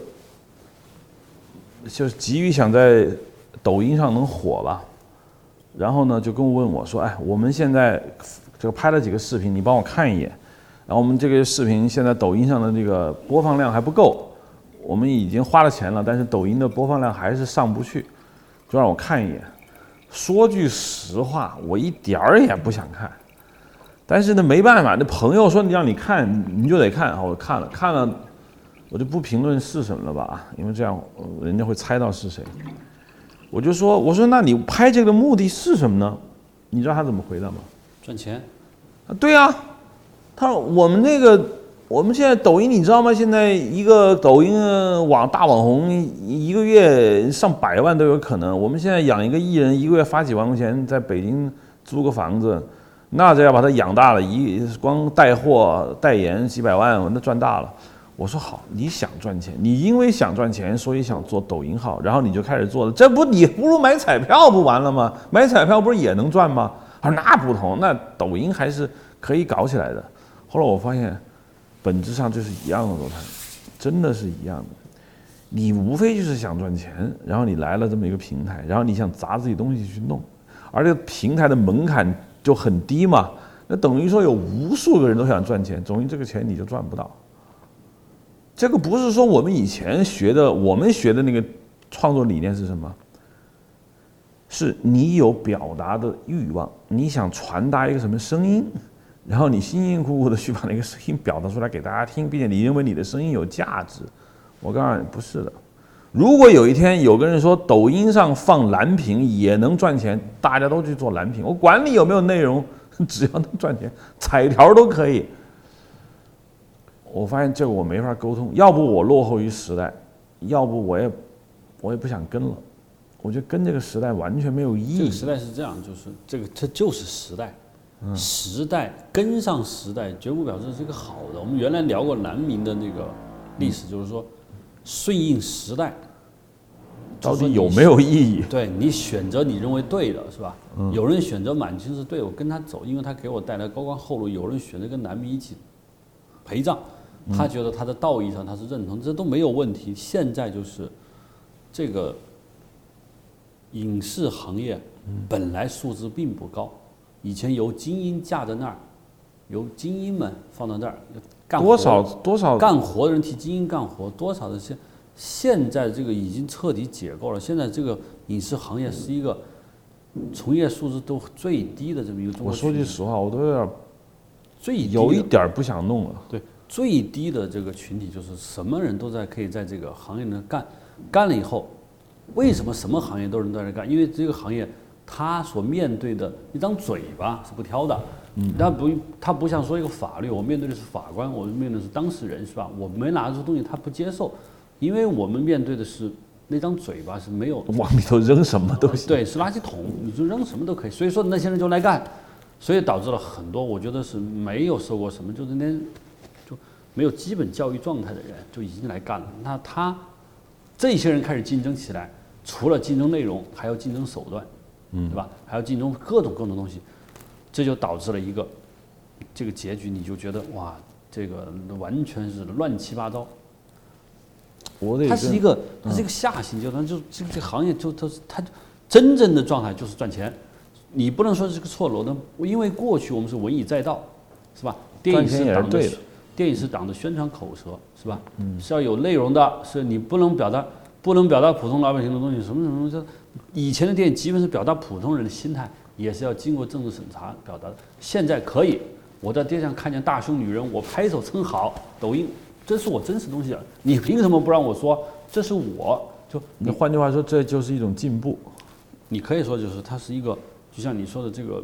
[SPEAKER 1] 就是急于想在抖音上能火吧。然后呢，就跟我问我说：“哎，我们现在这个拍了几个视频，你帮我看一眼。然后我们这个视频现在抖音上的这个播放量还不够，我们已经花了钱了，但是抖音的播放量还是上不去，就让我看一眼。说句实话，我一点儿也不想看，但是呢没办法，那朋友说你让你看你就得看，我看了，我就不评论是什么了吧，因为这样人家会猜到是谁。”我说那你拍这个的目的是什么呢？你知道他怎么回答吗？
[SPEAKER 2] 赚钱。
[SPEAKER 1] 对啊，他说我们现在抖音你知道吗？现在一个抖音大网红一个月上100万都有可能。我们现在养一个艺人，一个月发几万块钱，在北京租个房子，那这要把他养大了，光带货代言几百万，那赚大了。我说好，你想赚钱，你因为想赚钱，所以想做抖音号，然后你就开始做了，你不如买彩票不完了吗？买彩票不是也能赚吗？他说那不同，那抖音还是可以搞起来的。后来我发现，本质上就是一样的，罗盘，真的是一样的。你无非就是想赚钱，然后你来了这么一个平台，然后你想砸自己东西去弄，而这个平台的门槛就很低嘛，那等于说有无数个人都想赚钱，总之这个钱你就赚不到。这个不是说我们以前我们学的那个创作理念是什么？是你有表达的欲望，你想传达一个什么声音，然后你辛辛苦苦的去把那个声音表达出来给大家听，并且你认为你的声音有价值。我告诉你，不是的。如果有一天有个人说抖音上放蓝屏也能赚钱，大家都去做蓝屏，我管你有没有内容，只要能赚钱，彩条都可以。我发现这个我没法沟通，要不我落后于时代，要不我也不想跟了。我觉得跟这个时代完全没有意义。
[SPEAKER 2] 这个时代是这样，就是它就是时代，时代跟上时代，绝不表示是个好的。我们原来聊过南明的那个历史，就是说顺应时代，
[SPEAKER 1] 到底有没有意义？
[SPEAKER 2] 对，你选择你认为对的是吧？有人选择满清是对，我跟他走，因为他给我带来高官厚禄；有人选择跟南明一起陪葬。他觉得他的道义上他是认同，这都没有问题。现在就是这个影视行业本来素质并不高，以前由精英架在那儿，由精英们放到那儿干活，
[SPEAKER 1] 多少
[SPEAKER 2] 干活的人替精英干活，多少的现在这个已经彻底解构了。现在这个影视行业是一个从业素质都最低的这么一个中国。
[SPEAKER 1] 我说句实话，我都
[SPEAKER 2] 有
[SPEAKER 1] 一点不想弄了。
[SPEAKER 2] 对。最低的这个群体就是什么人都可以在这个行业里干了以后，为什么什么行业都能在这干？因为这个行业它所面对的一张嘴巴是不挑的，它不像说一个法律，我面对的是法官，我面对的是当事人，是吧？我没拿出东西，他不接受，因为我们面对的是那张嘴巴是没有
[SPEAKER 1] 往里头扔什么都行，
[SPEAKER 2] 对，是垃圾桶，你就扔什么都可以。所以说那些人就来干，所以导致了很多我觉得是没有受过什么，就是没有基本教育状态的人就已经来干了。那这些人开始竞争起来，除了竞争内容，还要竞争手段，对吧？还要竞争各种东西，这就导致了一个这个结局，你就觉得哇，这个完全是乱七八糟。它是一个下行阶段，就这个行业它真正的状态就是赚钱，你不能说是个错漏的，因为过去我们是文以载道，是吧？电影是党的宣传口舌，是吧？是要有内容的，是你不能表达普通老百姓的东西，什么东西。以前的电影基本是表达普通人的心态，也是要经过政治审查表达的。现在可以，我在街上看见大胸女人，我拍手称好，抖音，这是我真实东西，你凭什么不让我说？这是我
[SPEAKER 1] 你换句话说，这就是一种进步。
[SPEAKER 2] 你可以说就是它是一个，就像你说的这个。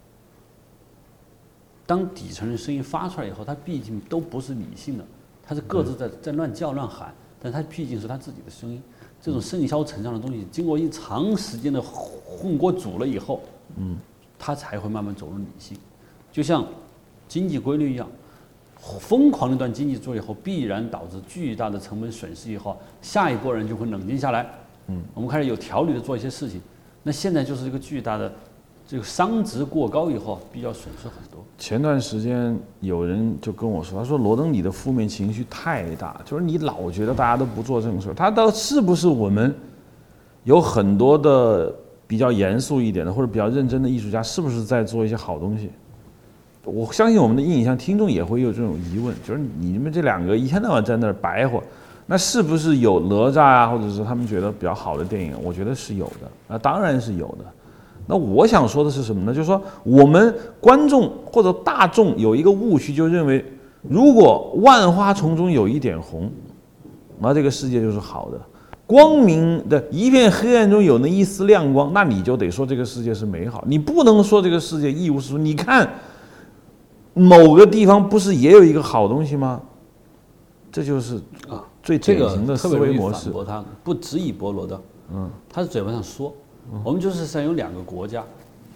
[SPEAKER 2] 当底层人声音发出来以后，他毕竟都不是理性的，他是各自在乱叫乱喊，但他毕竟是他自己的声音。这种盛嚣尘上的东西，经过一长时间的混锅煮了以后，他才会慢慢走入理性。就像经济规律一样，疯狂的一段经济做以后，必然导致巨大的成本损失以后，下一波人就会冷静下来。我们开始有条理的做一些事情。那现在就是一个巨大的这个商值过高以后，必要损失很多。
[SPEAKER 1] 前段时间有人就跟我说，他说罗登你的负面情绪太大，就是你老觉得大家都不做正事，他到是不是我们有很多的比较严肃一点的或者比较认真的艺术家，是不是在做一些好东西？我相信我们的印象听众也会有这种疑问，就是你们这两个一天到晚在那儿白活，那是不是有哪吒啊，或者是他们觉得比较好的电影？我觉得是有的，那当然是有的。那我想说的是什么呢？就是说我们观众或者大众有一个误区，就认为如果万花丛中有一点红，那这个世界就是好的。光明的一片黑暗中有那一丝亮光，那你就得说这个世界是美好。你不能说这个世界一无是处。你看某个地方不是也有一个好东西吗？这就是最典型的思维模式。
[SPEAKER 2] 这个特别容易反驳他，不只以博罗的，他是嘴巴上说，我们就是有两个国家，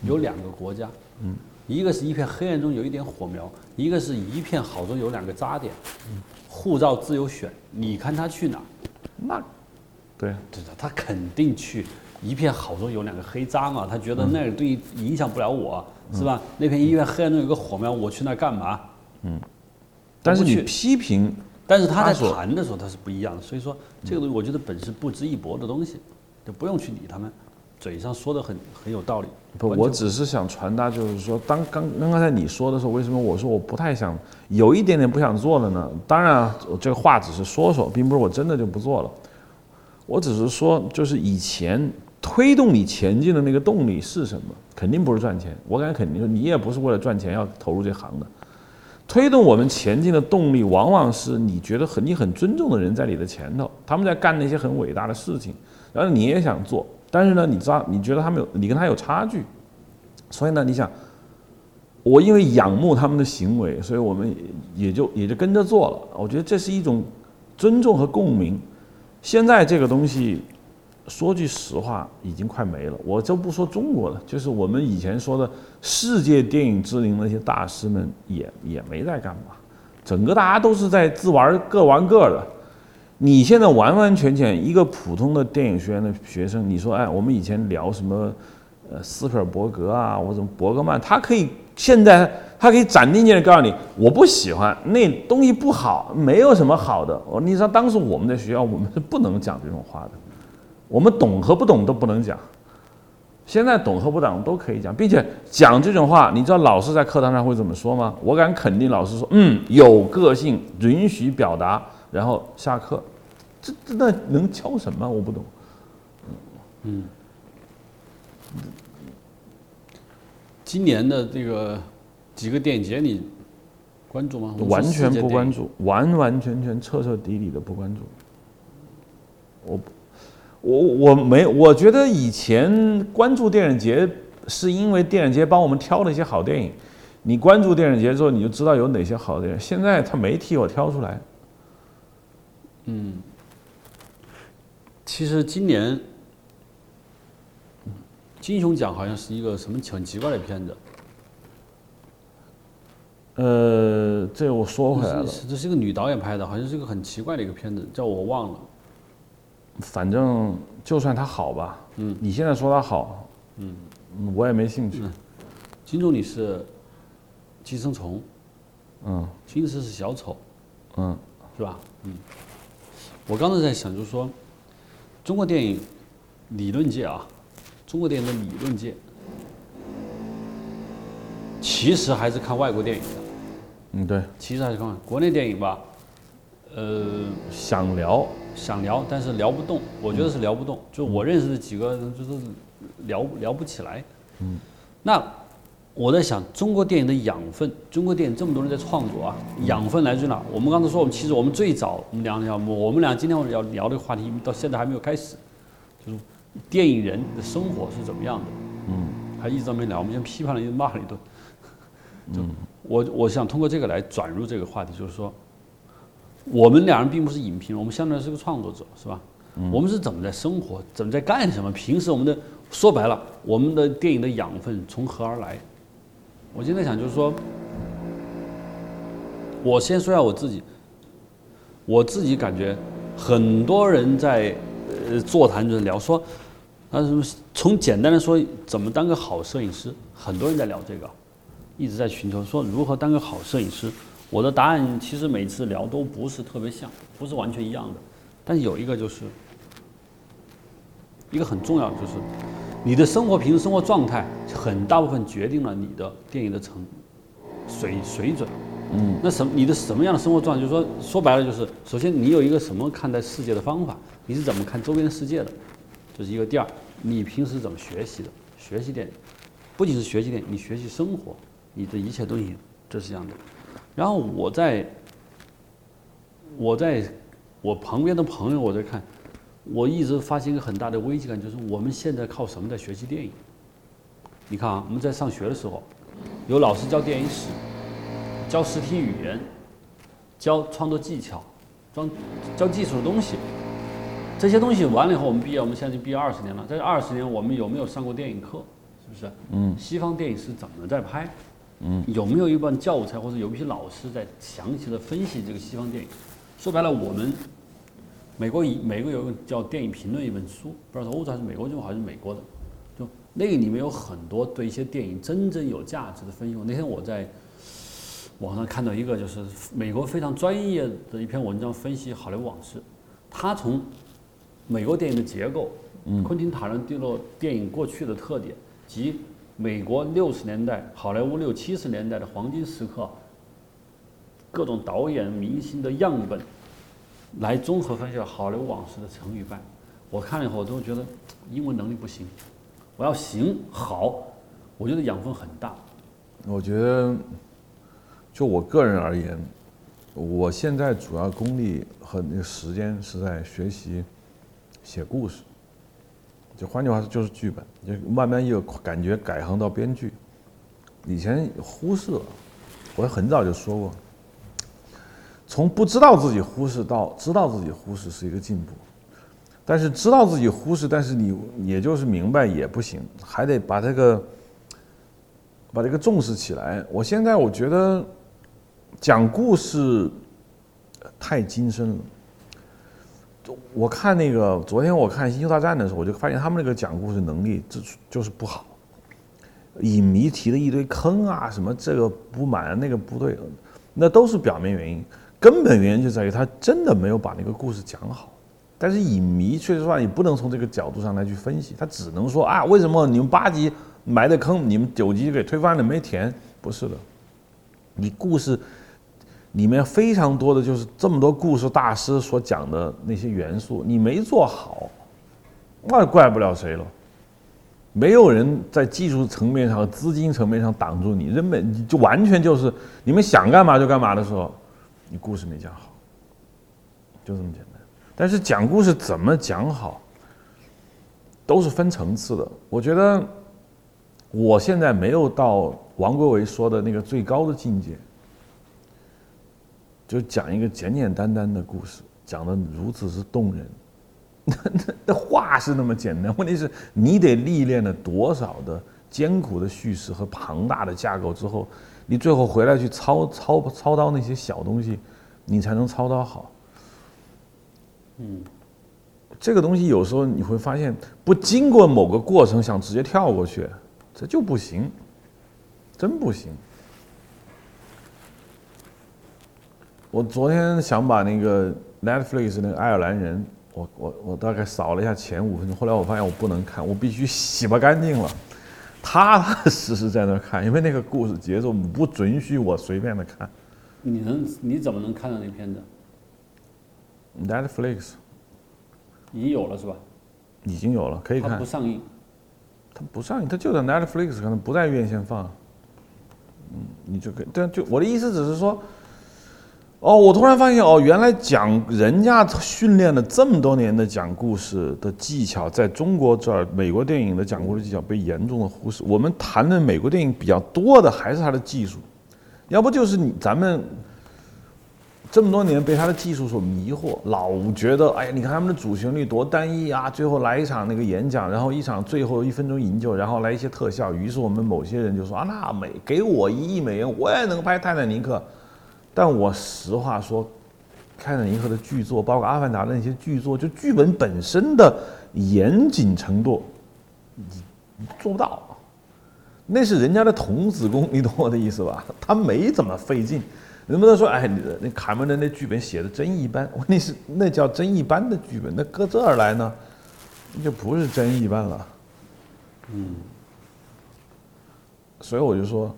[SPEAKER 2] 一个是一片黑暗中有一点火苗，一个是一片好中有两个渣点，护照自由选，你看他去哪？
[SPEAKER 1] 那对，
[SPEAKER 2] 他肯定去一片好中有两个黑渣嘛，他觉得那个对影响不了我，是吧？那片一片黑暗中有个火苗，我去那干嘛？
[SPEAKER 1] 但是你批评，
[SPEAKER 2] 但是他在谈的时候他是不一样的，所以说这个东西我觉得本是不值一驳的东西，就不用去理他们，嘴上说的很有道理。
[SPEAKER 1] 不，我只是想传达，就是说，刚才你说的时候，为什么我说我不太想，有一点点不想做了呢？当然啊，这个话只是说说，并不是我真的就不做了。我只是说，就是以前推动你前进的那个动力是什么？肯定不是赚钱。我敢肯定说，你也不是为了赚钱要投入这行的。推动我们前进的动力，往往是你觉得你很尊重的人在你的前头，他们在干那些很伟大的事情，然后你也想做，但是呢，你觉得你跟他有差距，所以呢，你想，我因为仰慕他们的行为，所以我们也就跟着做了。我觉得这是一种尊重和共鸣。现在这个东西，说句实话，已经快没了。我就不说中国了，就是我们以前说的世界电影之灵那些大师们也没在干嘛，整个大家都是在各玩各的。你现在完完全全一个普通的电影学院的学生，你说，哎，我们以前聊什么，斯皮尔伯格啊，或者伯格曼，现在他可以斩钉截铁告诉你，我不喜欢那东西不好，没有什么好的。你知道当时我们在学校，我们是不能讲这种话的，我们懂和不懂都不能讲。现在懂和不懂都可以讲，并且讲这种话，你知道老师在课堂上会怎么说吗？我敢肯定，老师说，有个性，允许表达，然后下课。那能教什么？我不懂。
[SPEAKER 2] 今年的这个几个电影节你关注吗？
[SPEAKER 1] 完全不关注，完完全全彻彻底底的不关注。我觉得以前关注电影节是因为电影节帮我们挑了一些好电影，你关注电影节之后你就知道有哪些好电影。现在他没替我挑出来。
[SPEAKER 2] 其实今年金熊奖好像是一个什么很奇怪的片子。
[SPEAKER 1] 这我说回来了，
[SPEAKER 2] 这是一个女导演拍的，好像是一个很奇怪的一个片子，叫我忘了。
[SPEAKER 1] 反正就算它好吧，你现在说它好，我也没兴趣。
[SPEAKER 2] 金钟里是寄生虫，金丝是小丑，是吧？我刚才在想，就是说，中国电影理论界啊，中国电影的理论界，其实还是看外国电影的。
[SPEAKER 1] 对，
[SPEAKER 2] 其实还是看国内电影吧，
[SPEAKER 1] 想聊，
[SPEAKER 2] 但是聊不动。我觉得是聊不动。就我认识的几个人，就是聊不起来。那我在想，中国电影的养分，中国电影这么多人在创作啊，养分来自哪？我们刚才说，其实我们最早，我们俩今天要聊这个话题，到现在还没有开始，就是电影人的生活是怎么样的？还一直都没聊。我们先批判了一顿，骂了一顿。我想通过这个来转入这个话题，就是说，我们两人并不是影评人，我们相对来说是个创作者，是吧？我们是怎么在生活，怎么在干什么？平时我们的说白了，我们的电影的养分从何而来？我现在想就是说，我先说一下我自己感觉，很多人在座谈中聊说， 那什么？从简单的说，怎么当个好摄影师？很多人在聊这个，一直在寻求说如何当个好摄影师。我的答案其实每次聊都不是特别像，不是完全一样的。但是有一个就是一个很重要的，就是你的生活平时生活状态很大部分决定了你的电影的水准。那你的什么样的生活状态？就是说白了就是，首先你有一个什么看待世界的方法，你是怎么看周边世界的，这是一个。第二，你平时怎么学习的？学习电影，不仅是学习电影，你学习生活，你的一切东西，这是这样的。然后我旁边的朋友，我在看，我一直发现一个很大的危机感，就是我们现在靠什么在学习电影？你看啊，我们在上学的时候，有老师教电影史，教视听语言，教创作技巧，教技术的东西。这些东西完了以后，我们毕业，我们现在就毕业20年了。在这20年，我们有没有上过电影课？是不是？西方电影是怎么在拍？有没有一本教材或者有一批老师在详细的分析这个西方电影？说白了，我们美国有一个叫《电影评论》一本书，不知道是欧洲还是美国，还是美国的，就那个里面有很多对一些电影真正有价值的分析。那天我在网上看到一个，就是美国非常专业的一篇文章，分析好莱坞往事。他从美国电影的结构，昆汀塔伦蒂诺电影过去的特点及美国60年代、好莱坞60、70年代的黄金时刻，各种导演、明星的样本，来综合分析好莱坞往事的成与败。我看了以后，我都觉得英文能力不行，我要行好，我觉得养分很大。
[SPEAKER 1] 我觉得，就我个人而言，我现在主要功力和那个时间是在学习写故事。就换句话说，就是剧本，就慢慢又感觉改行到编剧。以前忽视了，我很早就说过，从不知道自己忽视到知道自己忽视是一个进步。但是知道自己忽视，但是你也就是明白也不行，还得把这个重视起来。我现在我觉得讲故事太精深了。我看那个昨天我看《星球大战》的时候，我就发现他们那个讲故事能力就是不好，影迷提了一堆坑啊，什么这个不满那个不对，那都是表面原因，根本原因就在于他真的没有把那个故事讲好。但是影迷确实说你不能从这个角度上来去分析，他只能说啊，为什么你们8集埋的坑，你们9集给推翻了没填？不是的，你故事里面非常多的就是这么多故事大师所讲的那些元素，你没做好，那怪不了谁了。没有人在技术层面上和资金层面上挡住你，你就完全就是你们想干嘛就干嘛的时候，你故事没讲好，就这么简单。但是讲故事怎么讲好，都是分层次的。我觉得我现在没有到王国维说的那个最高的境界。就讲一个简简单单的故事，讲得如此之动人。那话是那么简单，问题是你得历练了多少的艰苦的叙事和庞大的架构之后，你最后回来去操刀那些小东西，你才能操刀好。这个东西有时候你会发现，不经过某个过程想直接跳过去，这就不行，真不行。我昨天想把那个 Netflix 那个爱尔兰人，我大概扫了一下前5分钟，后来我发现我不能看，我必须洗吧干净了，踏踏实实在那看，因为那个故事节奏不准许我随便的看。
[SPEAKER 2] 你怎么能看到那片子
[SPEAKER 1] ？Netflix
[SPEAKER 2] 已经有了是吧？
[SPEAKER 1] 已经有了，可以看。
[SPEAKER 2] 它不上映。
[SPEAKER 1] 它不上映，它就在 Netflix，可能不在院线放。你就可以，但就我的意思只是说。我突然发现原来人家训练了这么多年的讲故事的技巧，在中国这儿，美国电影的讲故事技巧被严重的忽视。我们谈论美国电影比较多的还是它的技术，要不就是咱们这么多年被它的技术所迷惑，老觉得哎呀，你看他们的主旋律多单一啊，最后来一场那个演讲，然后一场最后1分钟营救，然后来一些特效，于是我们某些人就说啊，那给我1亿美元，我也能拍《泰坦尼克》。但我实话说，泰坦尼克的剧作，包括阿凡达的那些剧作，就剧本本身的严谨程度你做不到。那是人家的童子功，你懂我的意思吧？他没怎么费劲。人们都说，哎，那卡梅伦那剧本写的真一般。问题是，那叫真一般的剧本，那搁这儿来呢，那就不是真一般了。所以我就说，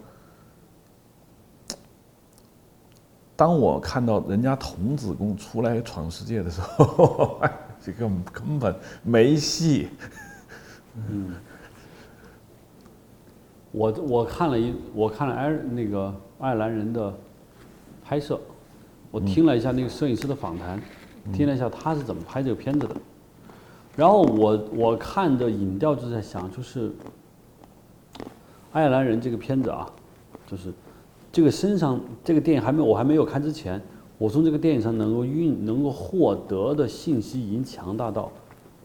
[SPEAKER 1] 当我看到人家童子功出来闯世界的时候，这个根本没戏。
[SPEAKER 2] 我看了那个爱尔兰人的拍摄，我听了一下那个摄影师的访谈，听了一下他是怎么拍这个片子的。然后我看的影调就在想，就是爱尔兰人这个片子啊，就是这个身上这个电影我还没有看之前，我从这个电影上能够获得的信息已经强大到，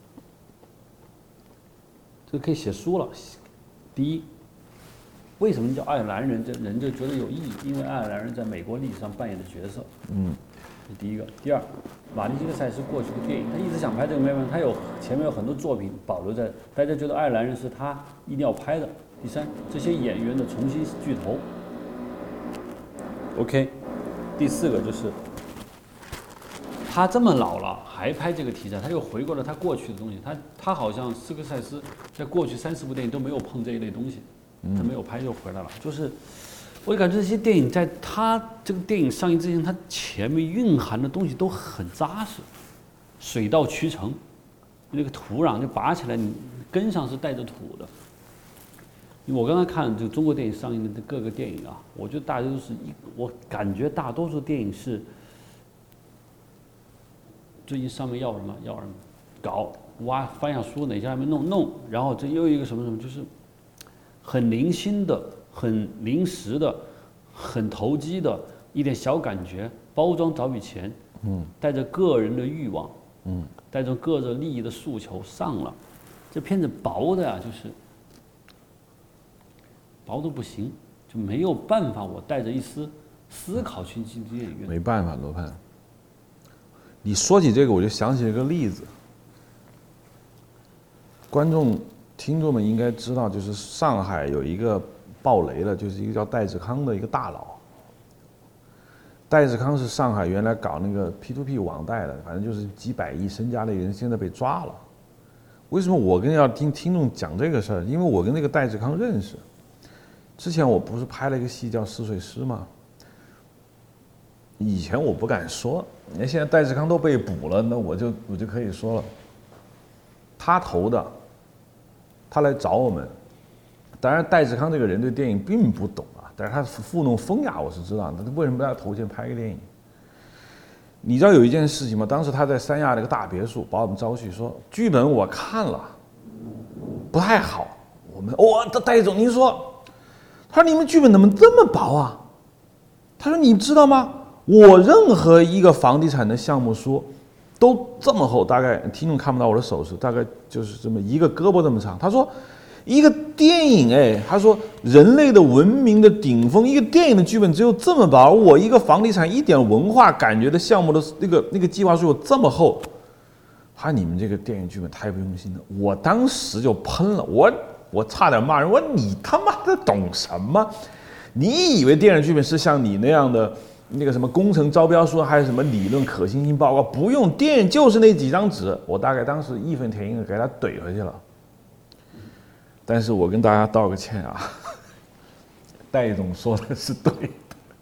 [SPEAKER 2] 这个可以写书了。第一，为什么叫爱尔兰人？人就觉得有意义，因为爱尔兰人在美国历史上扮演的角色。这第一个。第二，马丁·基克塞斯过去的电影，他一直想拍这个没办法，他前面有很多作品保留在，大家觉得爱尔兰人是他一定要拍的。第三，这些演员的重新聚头。OK， 第四个就是他这么老了还拍这个题材，他又回过了他过去的东西。他好像斯科塞斯在过去30部电影都没有碰这一类东西，他没有拍就回来了。就是我感觉这些电影在他这个电影上映之前，他前面蕴含的东西都很扎实，水到渠成。那个土壤就拔起来，你根上是带着土的。因为我刚才看这个中国电影上映的各个电影啊，我觉得大家都是我感觉大多数电影是最近上面要什么搞翻下书哪家还没弄，然后这又一个什么，就是很零星的、很临时的、很投机的一点小感觉，包装找笔钱，带着个人的欲望，带着个人利益的诉求上了，这片子薄的呀，就是薄的不行，就没有办法，我带着一丝思考去进电影院。
[SPEAKER 1] 没办法，罗盘。你说起这个，我就想起一个例子。听众们应该知道，就是上海有一个爆雷了，就是一个叫戴志康的一个大佬。戴志康是上海原来搞那个 P2P 网贷的，反正就是几百亿身家的人，现在被抓了。为什么我要听听众讲这个事儿？因为我跟那个戴志康认识。之前我不是拍了一个戏叫《试睡师》吗？以前我不敢说，你看现在戴志康都被捕了，那我就可以说了。他投的，他来找我们。当然，戴志康这个人对电影并不懂啊，但是他附弄风雅我是知道的。他为什么要投钱拍个电影？你知道有一件事情吗？当时他在三亚那个大别墅把我们招去，说剧本我看了，不太好。戴总您说。他说：“你们剧本怎么这么薄啊？”他说：“你知道吗？我任何一个房地产的项目书都这么厚，大概听众看不到我的手势，大概就是这么一个胳膊这么长。”他说：“一个电影，他说人类的文明的顶峰，一个电影的剧本只有这么薄，我一个房地产一点文化感觉的项目的那个计划书有这么厚。他说你们这个电影剧本太不用心了。”我当时就喷了，我差点骂人，我说你他妈的懂什么？你以为电影剧本是像你那样的那个什么工程招标书，还是什么理论可行性报告？不用，电影就是那几张纸。我大概当时义愤填膺的给他怼回去了。但是我跟大家道个歉啊，戴总说的是对的。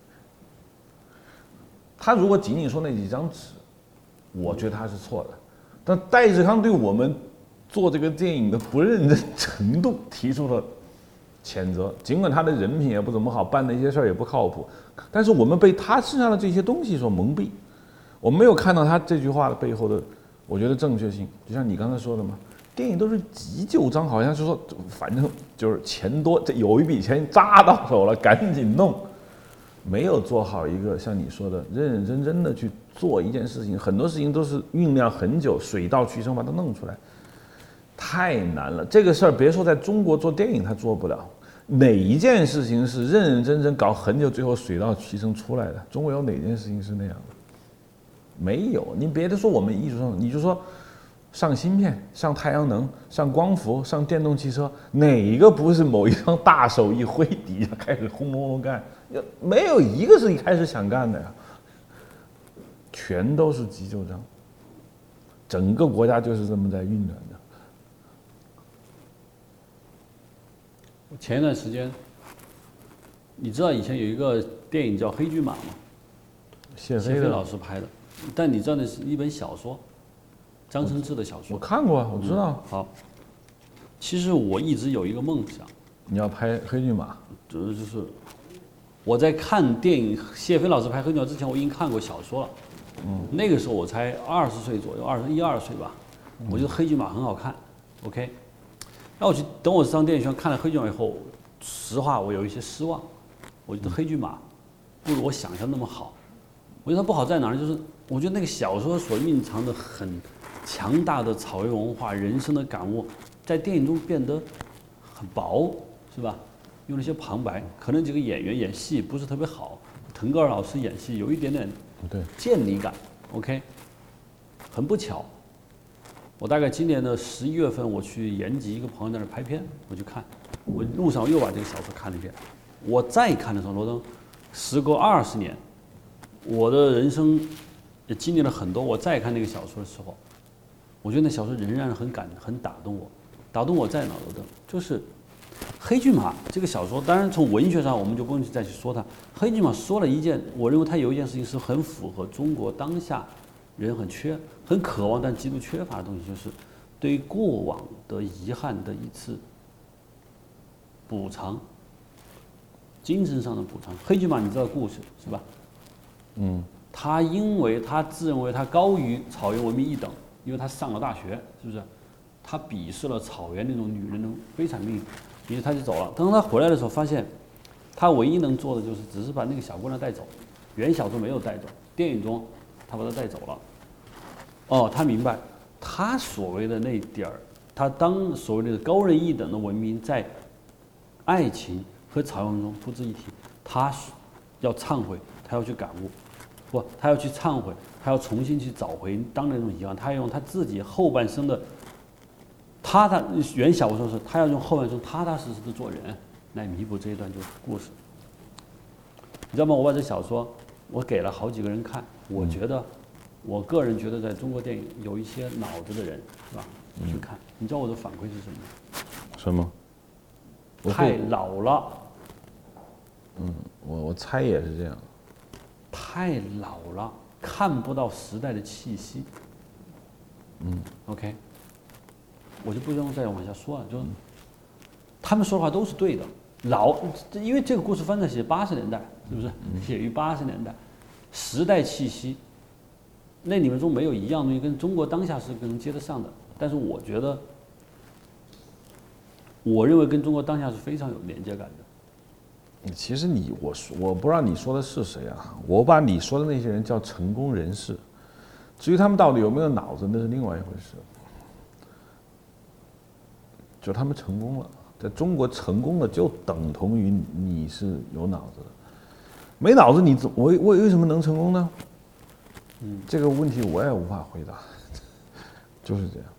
[SPEAKER 1] 他如果仅仅说那几张纸，我觉得他是错的。但戴志康对我们做这个电影的不认真程度提出了谴责，尽管他的人品也不怎么好，办的一些事儿也不靠谱，但是我们被他身上的这些东西所蒙蔽，我们没有看到他这句话的背后的，我觉得正确性。就像你刚才说的嘛，电影都是急就章，好像是说反正就是钱多，这有一笔钱扎到手了，赶紧弄，没有做好一个像你说的认认真真的去做一件事情，很多事情都是酝酿很久，水到渠成把它弄出来。太难了，这个事儿别说在中国做电影他做不了，哪一件事情是认认真真搞很久，最后水到渠成出来的？中国有哪件事情是那样的？没有。你别的说我们艺术上，你就说上芯片、上太阳能、上光伏、上电动汽车，哪一个不是某一双大手一挥，底下开始轰隆隆干？没有一个是一开始想干的呀，全都是急救章。整个国家就是这么在运转的。
[SPEAKER 2] 前一段时间，你知道以前有一个电影叫《黑骏马》吗？
[SPEAKER 1] 谢
[SPEAKER 2] 飞
[SPEAKER 1] 的
[SPEAKER 2] 老师拍的，但你知道那是一本小说，张承志的小说。
[SPEAKER 1] 我看过啊，我知道。
[SPEAKER 2] 好，其实我一直有一个梦想，
[SPEAKER 1] 你要拍黑骏马，
[SPEAKER 2] 就是我在看电影谢飞老师拍《黑骏马》之前，我已经看过小说了。那个时候我才20岁左右，21、22岁吧。我觉得《黑骏马》很好看。OK， 那等我上电影院看了《黑骏马》以后，实话我有一些失望。我觉得《黑骏马》不如我想象那么好。我觉得它不好在哪儿呢？就是我觉得那个小说所蕴藏的很强大的草原文化、人生的感悟，在电影中变得很薄，是吧？用了一些旁白，可能几个演员演戏不是特别好。腾格尔老师演戏有一点点见离感 ，OK， 很不巧。我大概今年的11月份，我去延吉一个朋友那儿拍片，我去看，我路上又把这个小说看了一遍。我再看的时候，罗登，时隔20年，我的人生也经历了很多。我再看那个小说的时候，我觉得那小说仍然很打动我。打动我在哪，罗登？就是《黑骏马》这个小说，当然从文学上我们就不用再去说它。《黑骏马》说了一件，我认为它有一件事情是很符合中国当下人很渴望但极度缺乏的东西，就是对于过往的遗憾的一次补偿，精神上的补偿。黑骏马你知道故事是吧？他因为他自认为他高于草原文明一等，因为他上了大学，是不是？他鄙视了草原那种女人的悲惨命运，于是他就走了。当他回来的时候，发现他唯一能做的就是只是把那个小姑娘带走，原小说没有带走，电影中他把她带走了。哦，他明白，他所谓的那点儿，他当所谓的高人一等的文明，在爱情和草原中不值一提。他要忏悔，他要去感悟，不，他要去忏悔，他要重新去找回当年那种遗憾。他要用他自己后半生的，原小说是他要用后半生踏踏实实的做人来弥补这一段就是故事。你知道吗？我把这小说我给了好几个人看，我个人觉得，在中国电影有一些脑子的人，是吧？去看，你知道我的反馈是什么吗？
[SPEAKER 1] 什么？
[SPEAKER 2] 太老了。
[SPEAKER 1] 我猜也是这样。
[SPEAKER 2] 太老了，看不到时代的气息。OK， 我就不用再往下说了，就是他们说的话都是对的。因为这个故事翻在写80年代，是不是？写于80年代，时代气息。那里面中没有一样东西跟中国当下是能接得上的，但是我觉得，我认为跟中国当下是非常有连接感的。
[SPEAKER 1] 其实我不知道你说的是谁啊？我把你说的那些人叫成功人士，至于他们到底有没有脑子，那是另外一回事。就他们成功了，在中国成功了就等同于你是有脑子的，没脑子我为什么能成功呢？这个问题我也无法回答，就是这样。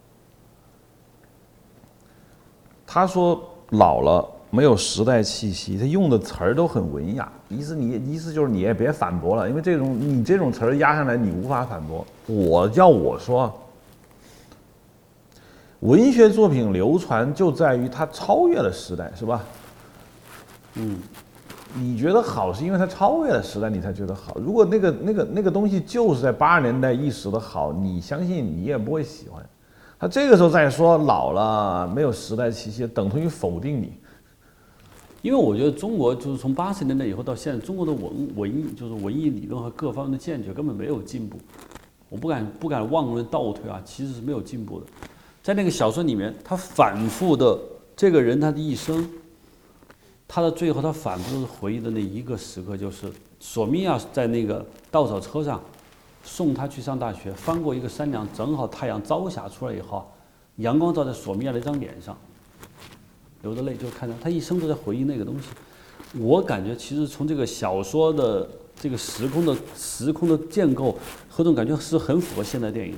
[SPEAKER 1] 他说老了没有时代气息，他用的词儿都很文雅，意思就是你也别反驳了，因为你这种词儿压下来你无法反驳。我说，文学作品流传就在于它超越了时代，是吧？你觉得好是因为它超越了时代，你才觉得好。如果那个东西就是在80年代一时的好，你相信你也不会喜欢。他这个时候再说老了没有时代气息，等同于否定你。
[SPEAKER 2] 因为我觉得中国就是从80年代以后到现在，中国的文艺理论和各方面的见解根本没有进步。我不敢妄论倒退啊，其实是没有进步的。在那个小说里面，他反复的这个人他的一生。他的最后，他反复回忆的那一个时刻，就是索米娅在那个稻草车上送他去上大学，翻过一个山梁，正好太阳朝霞出来以后，阳光照在索米娅的一张脸上，流着泪，就看到他一生都在回忆那个东西。我感觉其实从这个小说的这个时空的建构和这种感觉是很符合现代电影的。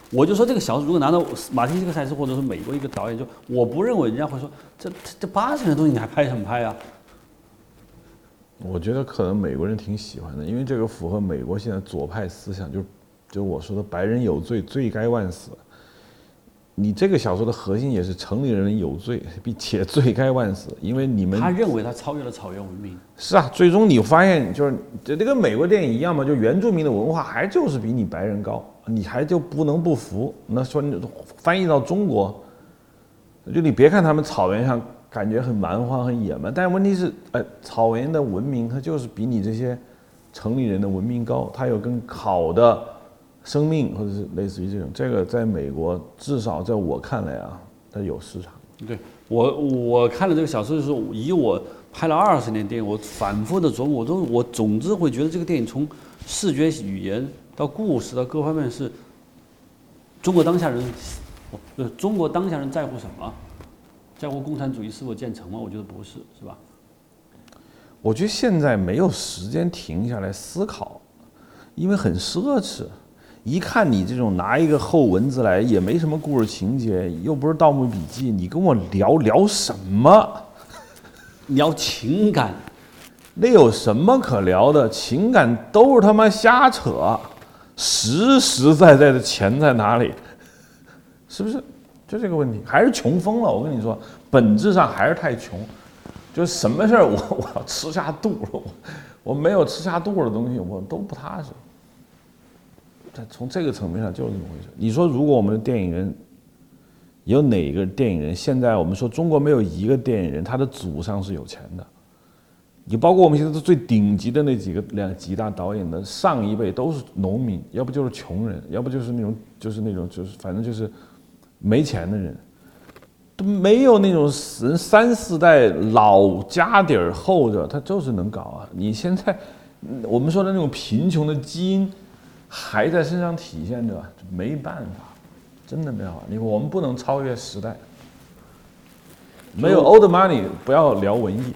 [SPEAKER 2] 我就说这个小说如果拿到马丁·斯科塞斯或者是美国一个导演，就我不认为人家会说这80年的东西你还拍什么拍啊？
[SPEAKER 1] 我觉得可能美国人挺喜欢的，因为这个符合美国现在左派思想，就我说的白人有罪，罪该万死。你这个小说的核心也是城里人有罪，并且罪该万死，因为你们
[SPEAKER 2] 他认为他超越了草原文明。
[SPEAKER 1] 是啊，最终你发现就是这跟美国电影一样嘛，就原住民的文化还就是比你白人高，你还就不能不服。那说你翻译到中国，就你别看他们草原上感觉很蛮荒很野蛮，但问题是，草原的文明它就是比你这些城里人的文明高，它有更好的生命，或者是类似于这种。这个在美国至少在我看来啊，它有市场。
[SPEAKER 2] 对，我看了这个小说，就是以我拍了20年电影，我反复的琢磨，我总之会觉得这个电影从视觉语言到故事到各方面是中国当下人，中国当下人在乎什么？在乎共产主义是否建成吗？我觉得不是，是吧？
[SPEAKER 1] 我觉得现在没有时间停下来思考，因为很奢侈。一看你这种拿一个厚文字来，也没什么故事情节，又不是《盗墓笔记》，你跟我聊什么？
[SPEAKER 2] 聊情感，
[SPEAKER 1] 那有什么可聊的？情感都是他妈瞎扯，实实在在的钱在哪里？是不是？就这个问题，还是穷疯了。我跟你说，本质上还是太穷。就是什么事儿我要吃下肚了，我没有吃下肚的东西，我都不踏实。从这个层面上就是这么回事。你说，如果我们的电影人有哪个电影人，现在我们说中国没有一个电影人，他的祖上是有钱的。你包括我们现在最顶级的那几大导演的上一辈都是农民，要不就是穷人，要不就是那种反正就是没钱的人，都没有那种人3、4代老家底儿厚着，他就是能搞啊。你现在我们说的那种贫穷的基因还在身上体现着，没办法，真的没办法。我们不能超越时代，没有 old money， 不要聊文艺。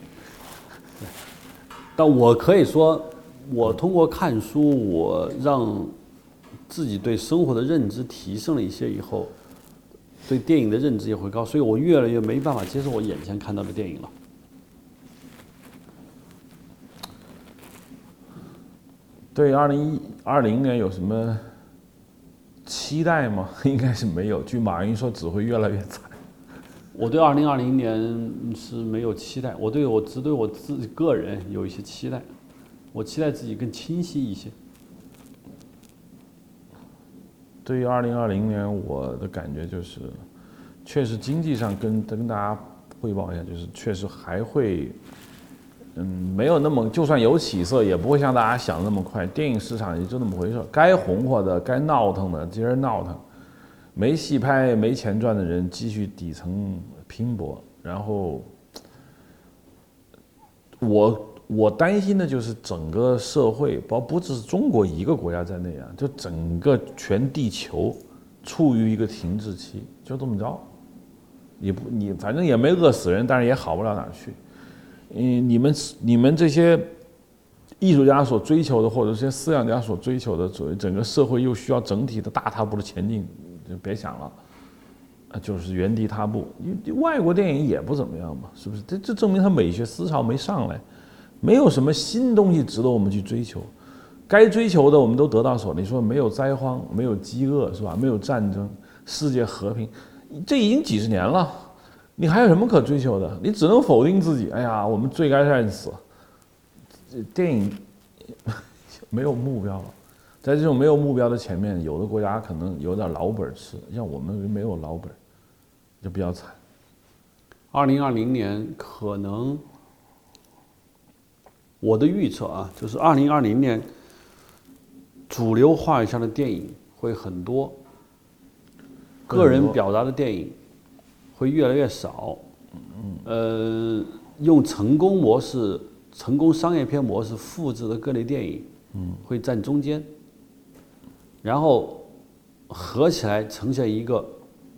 [SPEAKER 2] 但我可以说，我通过看书，我让自己对生活的认知提升了一些以后，对电影的认知也会高，所以我越来越没办法接受我眼前看到的电影了。
[SPEAKER 1] 对2020年有什么期待吗？应该是没有。据马云说，只会越来越惨。
[SPEAKER 2] 我对2020年是没有期待，只对我自己个人有一些期待，我期待自己更清晰一些。
[SPEAKER 1] 对于2020年，我的感觉就是，确实经济上跟大家汇报一下，就是确实还会，没有那么，就算有起色，也不会像大家想的那么快。电影市场也就那么回事，该红火的、该闹腾的，接着闹腾。没戏拍、没钱赚的人继续底层拼搏，然后我担心的就是整个社会，不只是中国一个国家在内啊，就整个全地球处于一个停滞期，就这么着。你反正也没饿死人，但是也好不了哪儿去。你们这些艺术家所追求的，或者这些思想家所追求的，整个社会又需要整体的大踏步的前进。就别想了，就是原地踏步。外国电影也不怎么样嘛，是不是？这证明他美学思潮没上来，没有什么新东西值得我们去追求。该追求的我们都得到手。你说没有灾荒，没有饥饿，是吧？没有战争，世界和平，这已经几十年了，你还有什么可追求的？你只能否定自己。哎呀，我们罪该万死。电影没有目标了。在这种没有目标的前面，有的国家可能有点老本吃，像我们没有老本，就比较惨。
[SPEAKER 2] 2020年可能我的预测啊，就是2020年主流话语上的电影会很多，个人表达的电影会越来越少。用成功模式、成功商业片模式复制的各类电影，会占中间。然后合起来呈现一个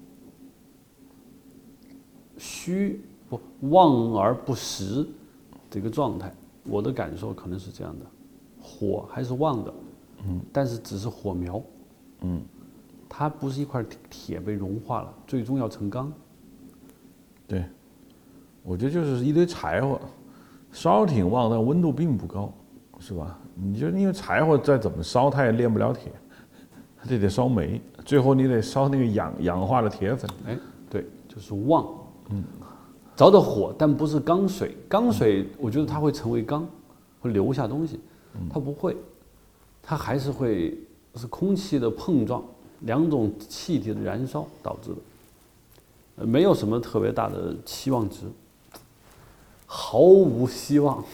[SPEAKER 2] 望而不实的一个状态。我的感受可能是这样的，火还是旺的，但是只是火苗， 它不是一块铁被融化了，最终要成钢。
[SPEAKER 1] 对，我觉得就是一堆柴火，烧挺旺，但温度并不高，是吧？你就因为柴火再怎么烧，它也炼不了铁，它得烧煤，最后你得烧那个氧化的铁粉。
[SPEAKER 2] 哎，对，就是旺。着的火，但不是钢水。钢水，我觉得它会成为钢，会留下东西。它不会，它还是会是空气的碰撞，两种气体的燃烧导致的。没有什么特别大的期望值，毫无希望。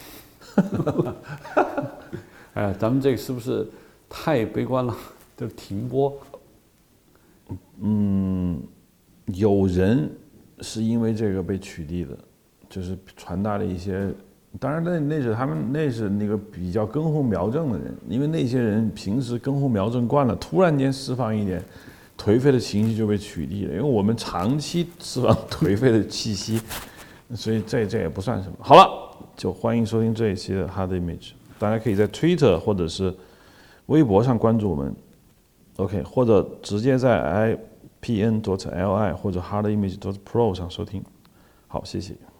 [SPEAKER 2] 哎，咱们这个是不是太悲观了？就停播。
[SPEAKER 1] 有人是因为这个被取缔的，就是传达了一些，当然那是他们那是那个比较根红苗正的人，因为那些人平时根红苗正惯了，突然间释放一点颓废的情绪就被取缔了，因为我们长期释放颓废的气息，所以这也不算什么。好了，就欢迎收听这一期的 Hard Image， 大家可以在 Twitter 或者是微博上关注我们 ，OK， 或者直接在pn.li 或者 hardimage.pro 上收听。好，谢谢。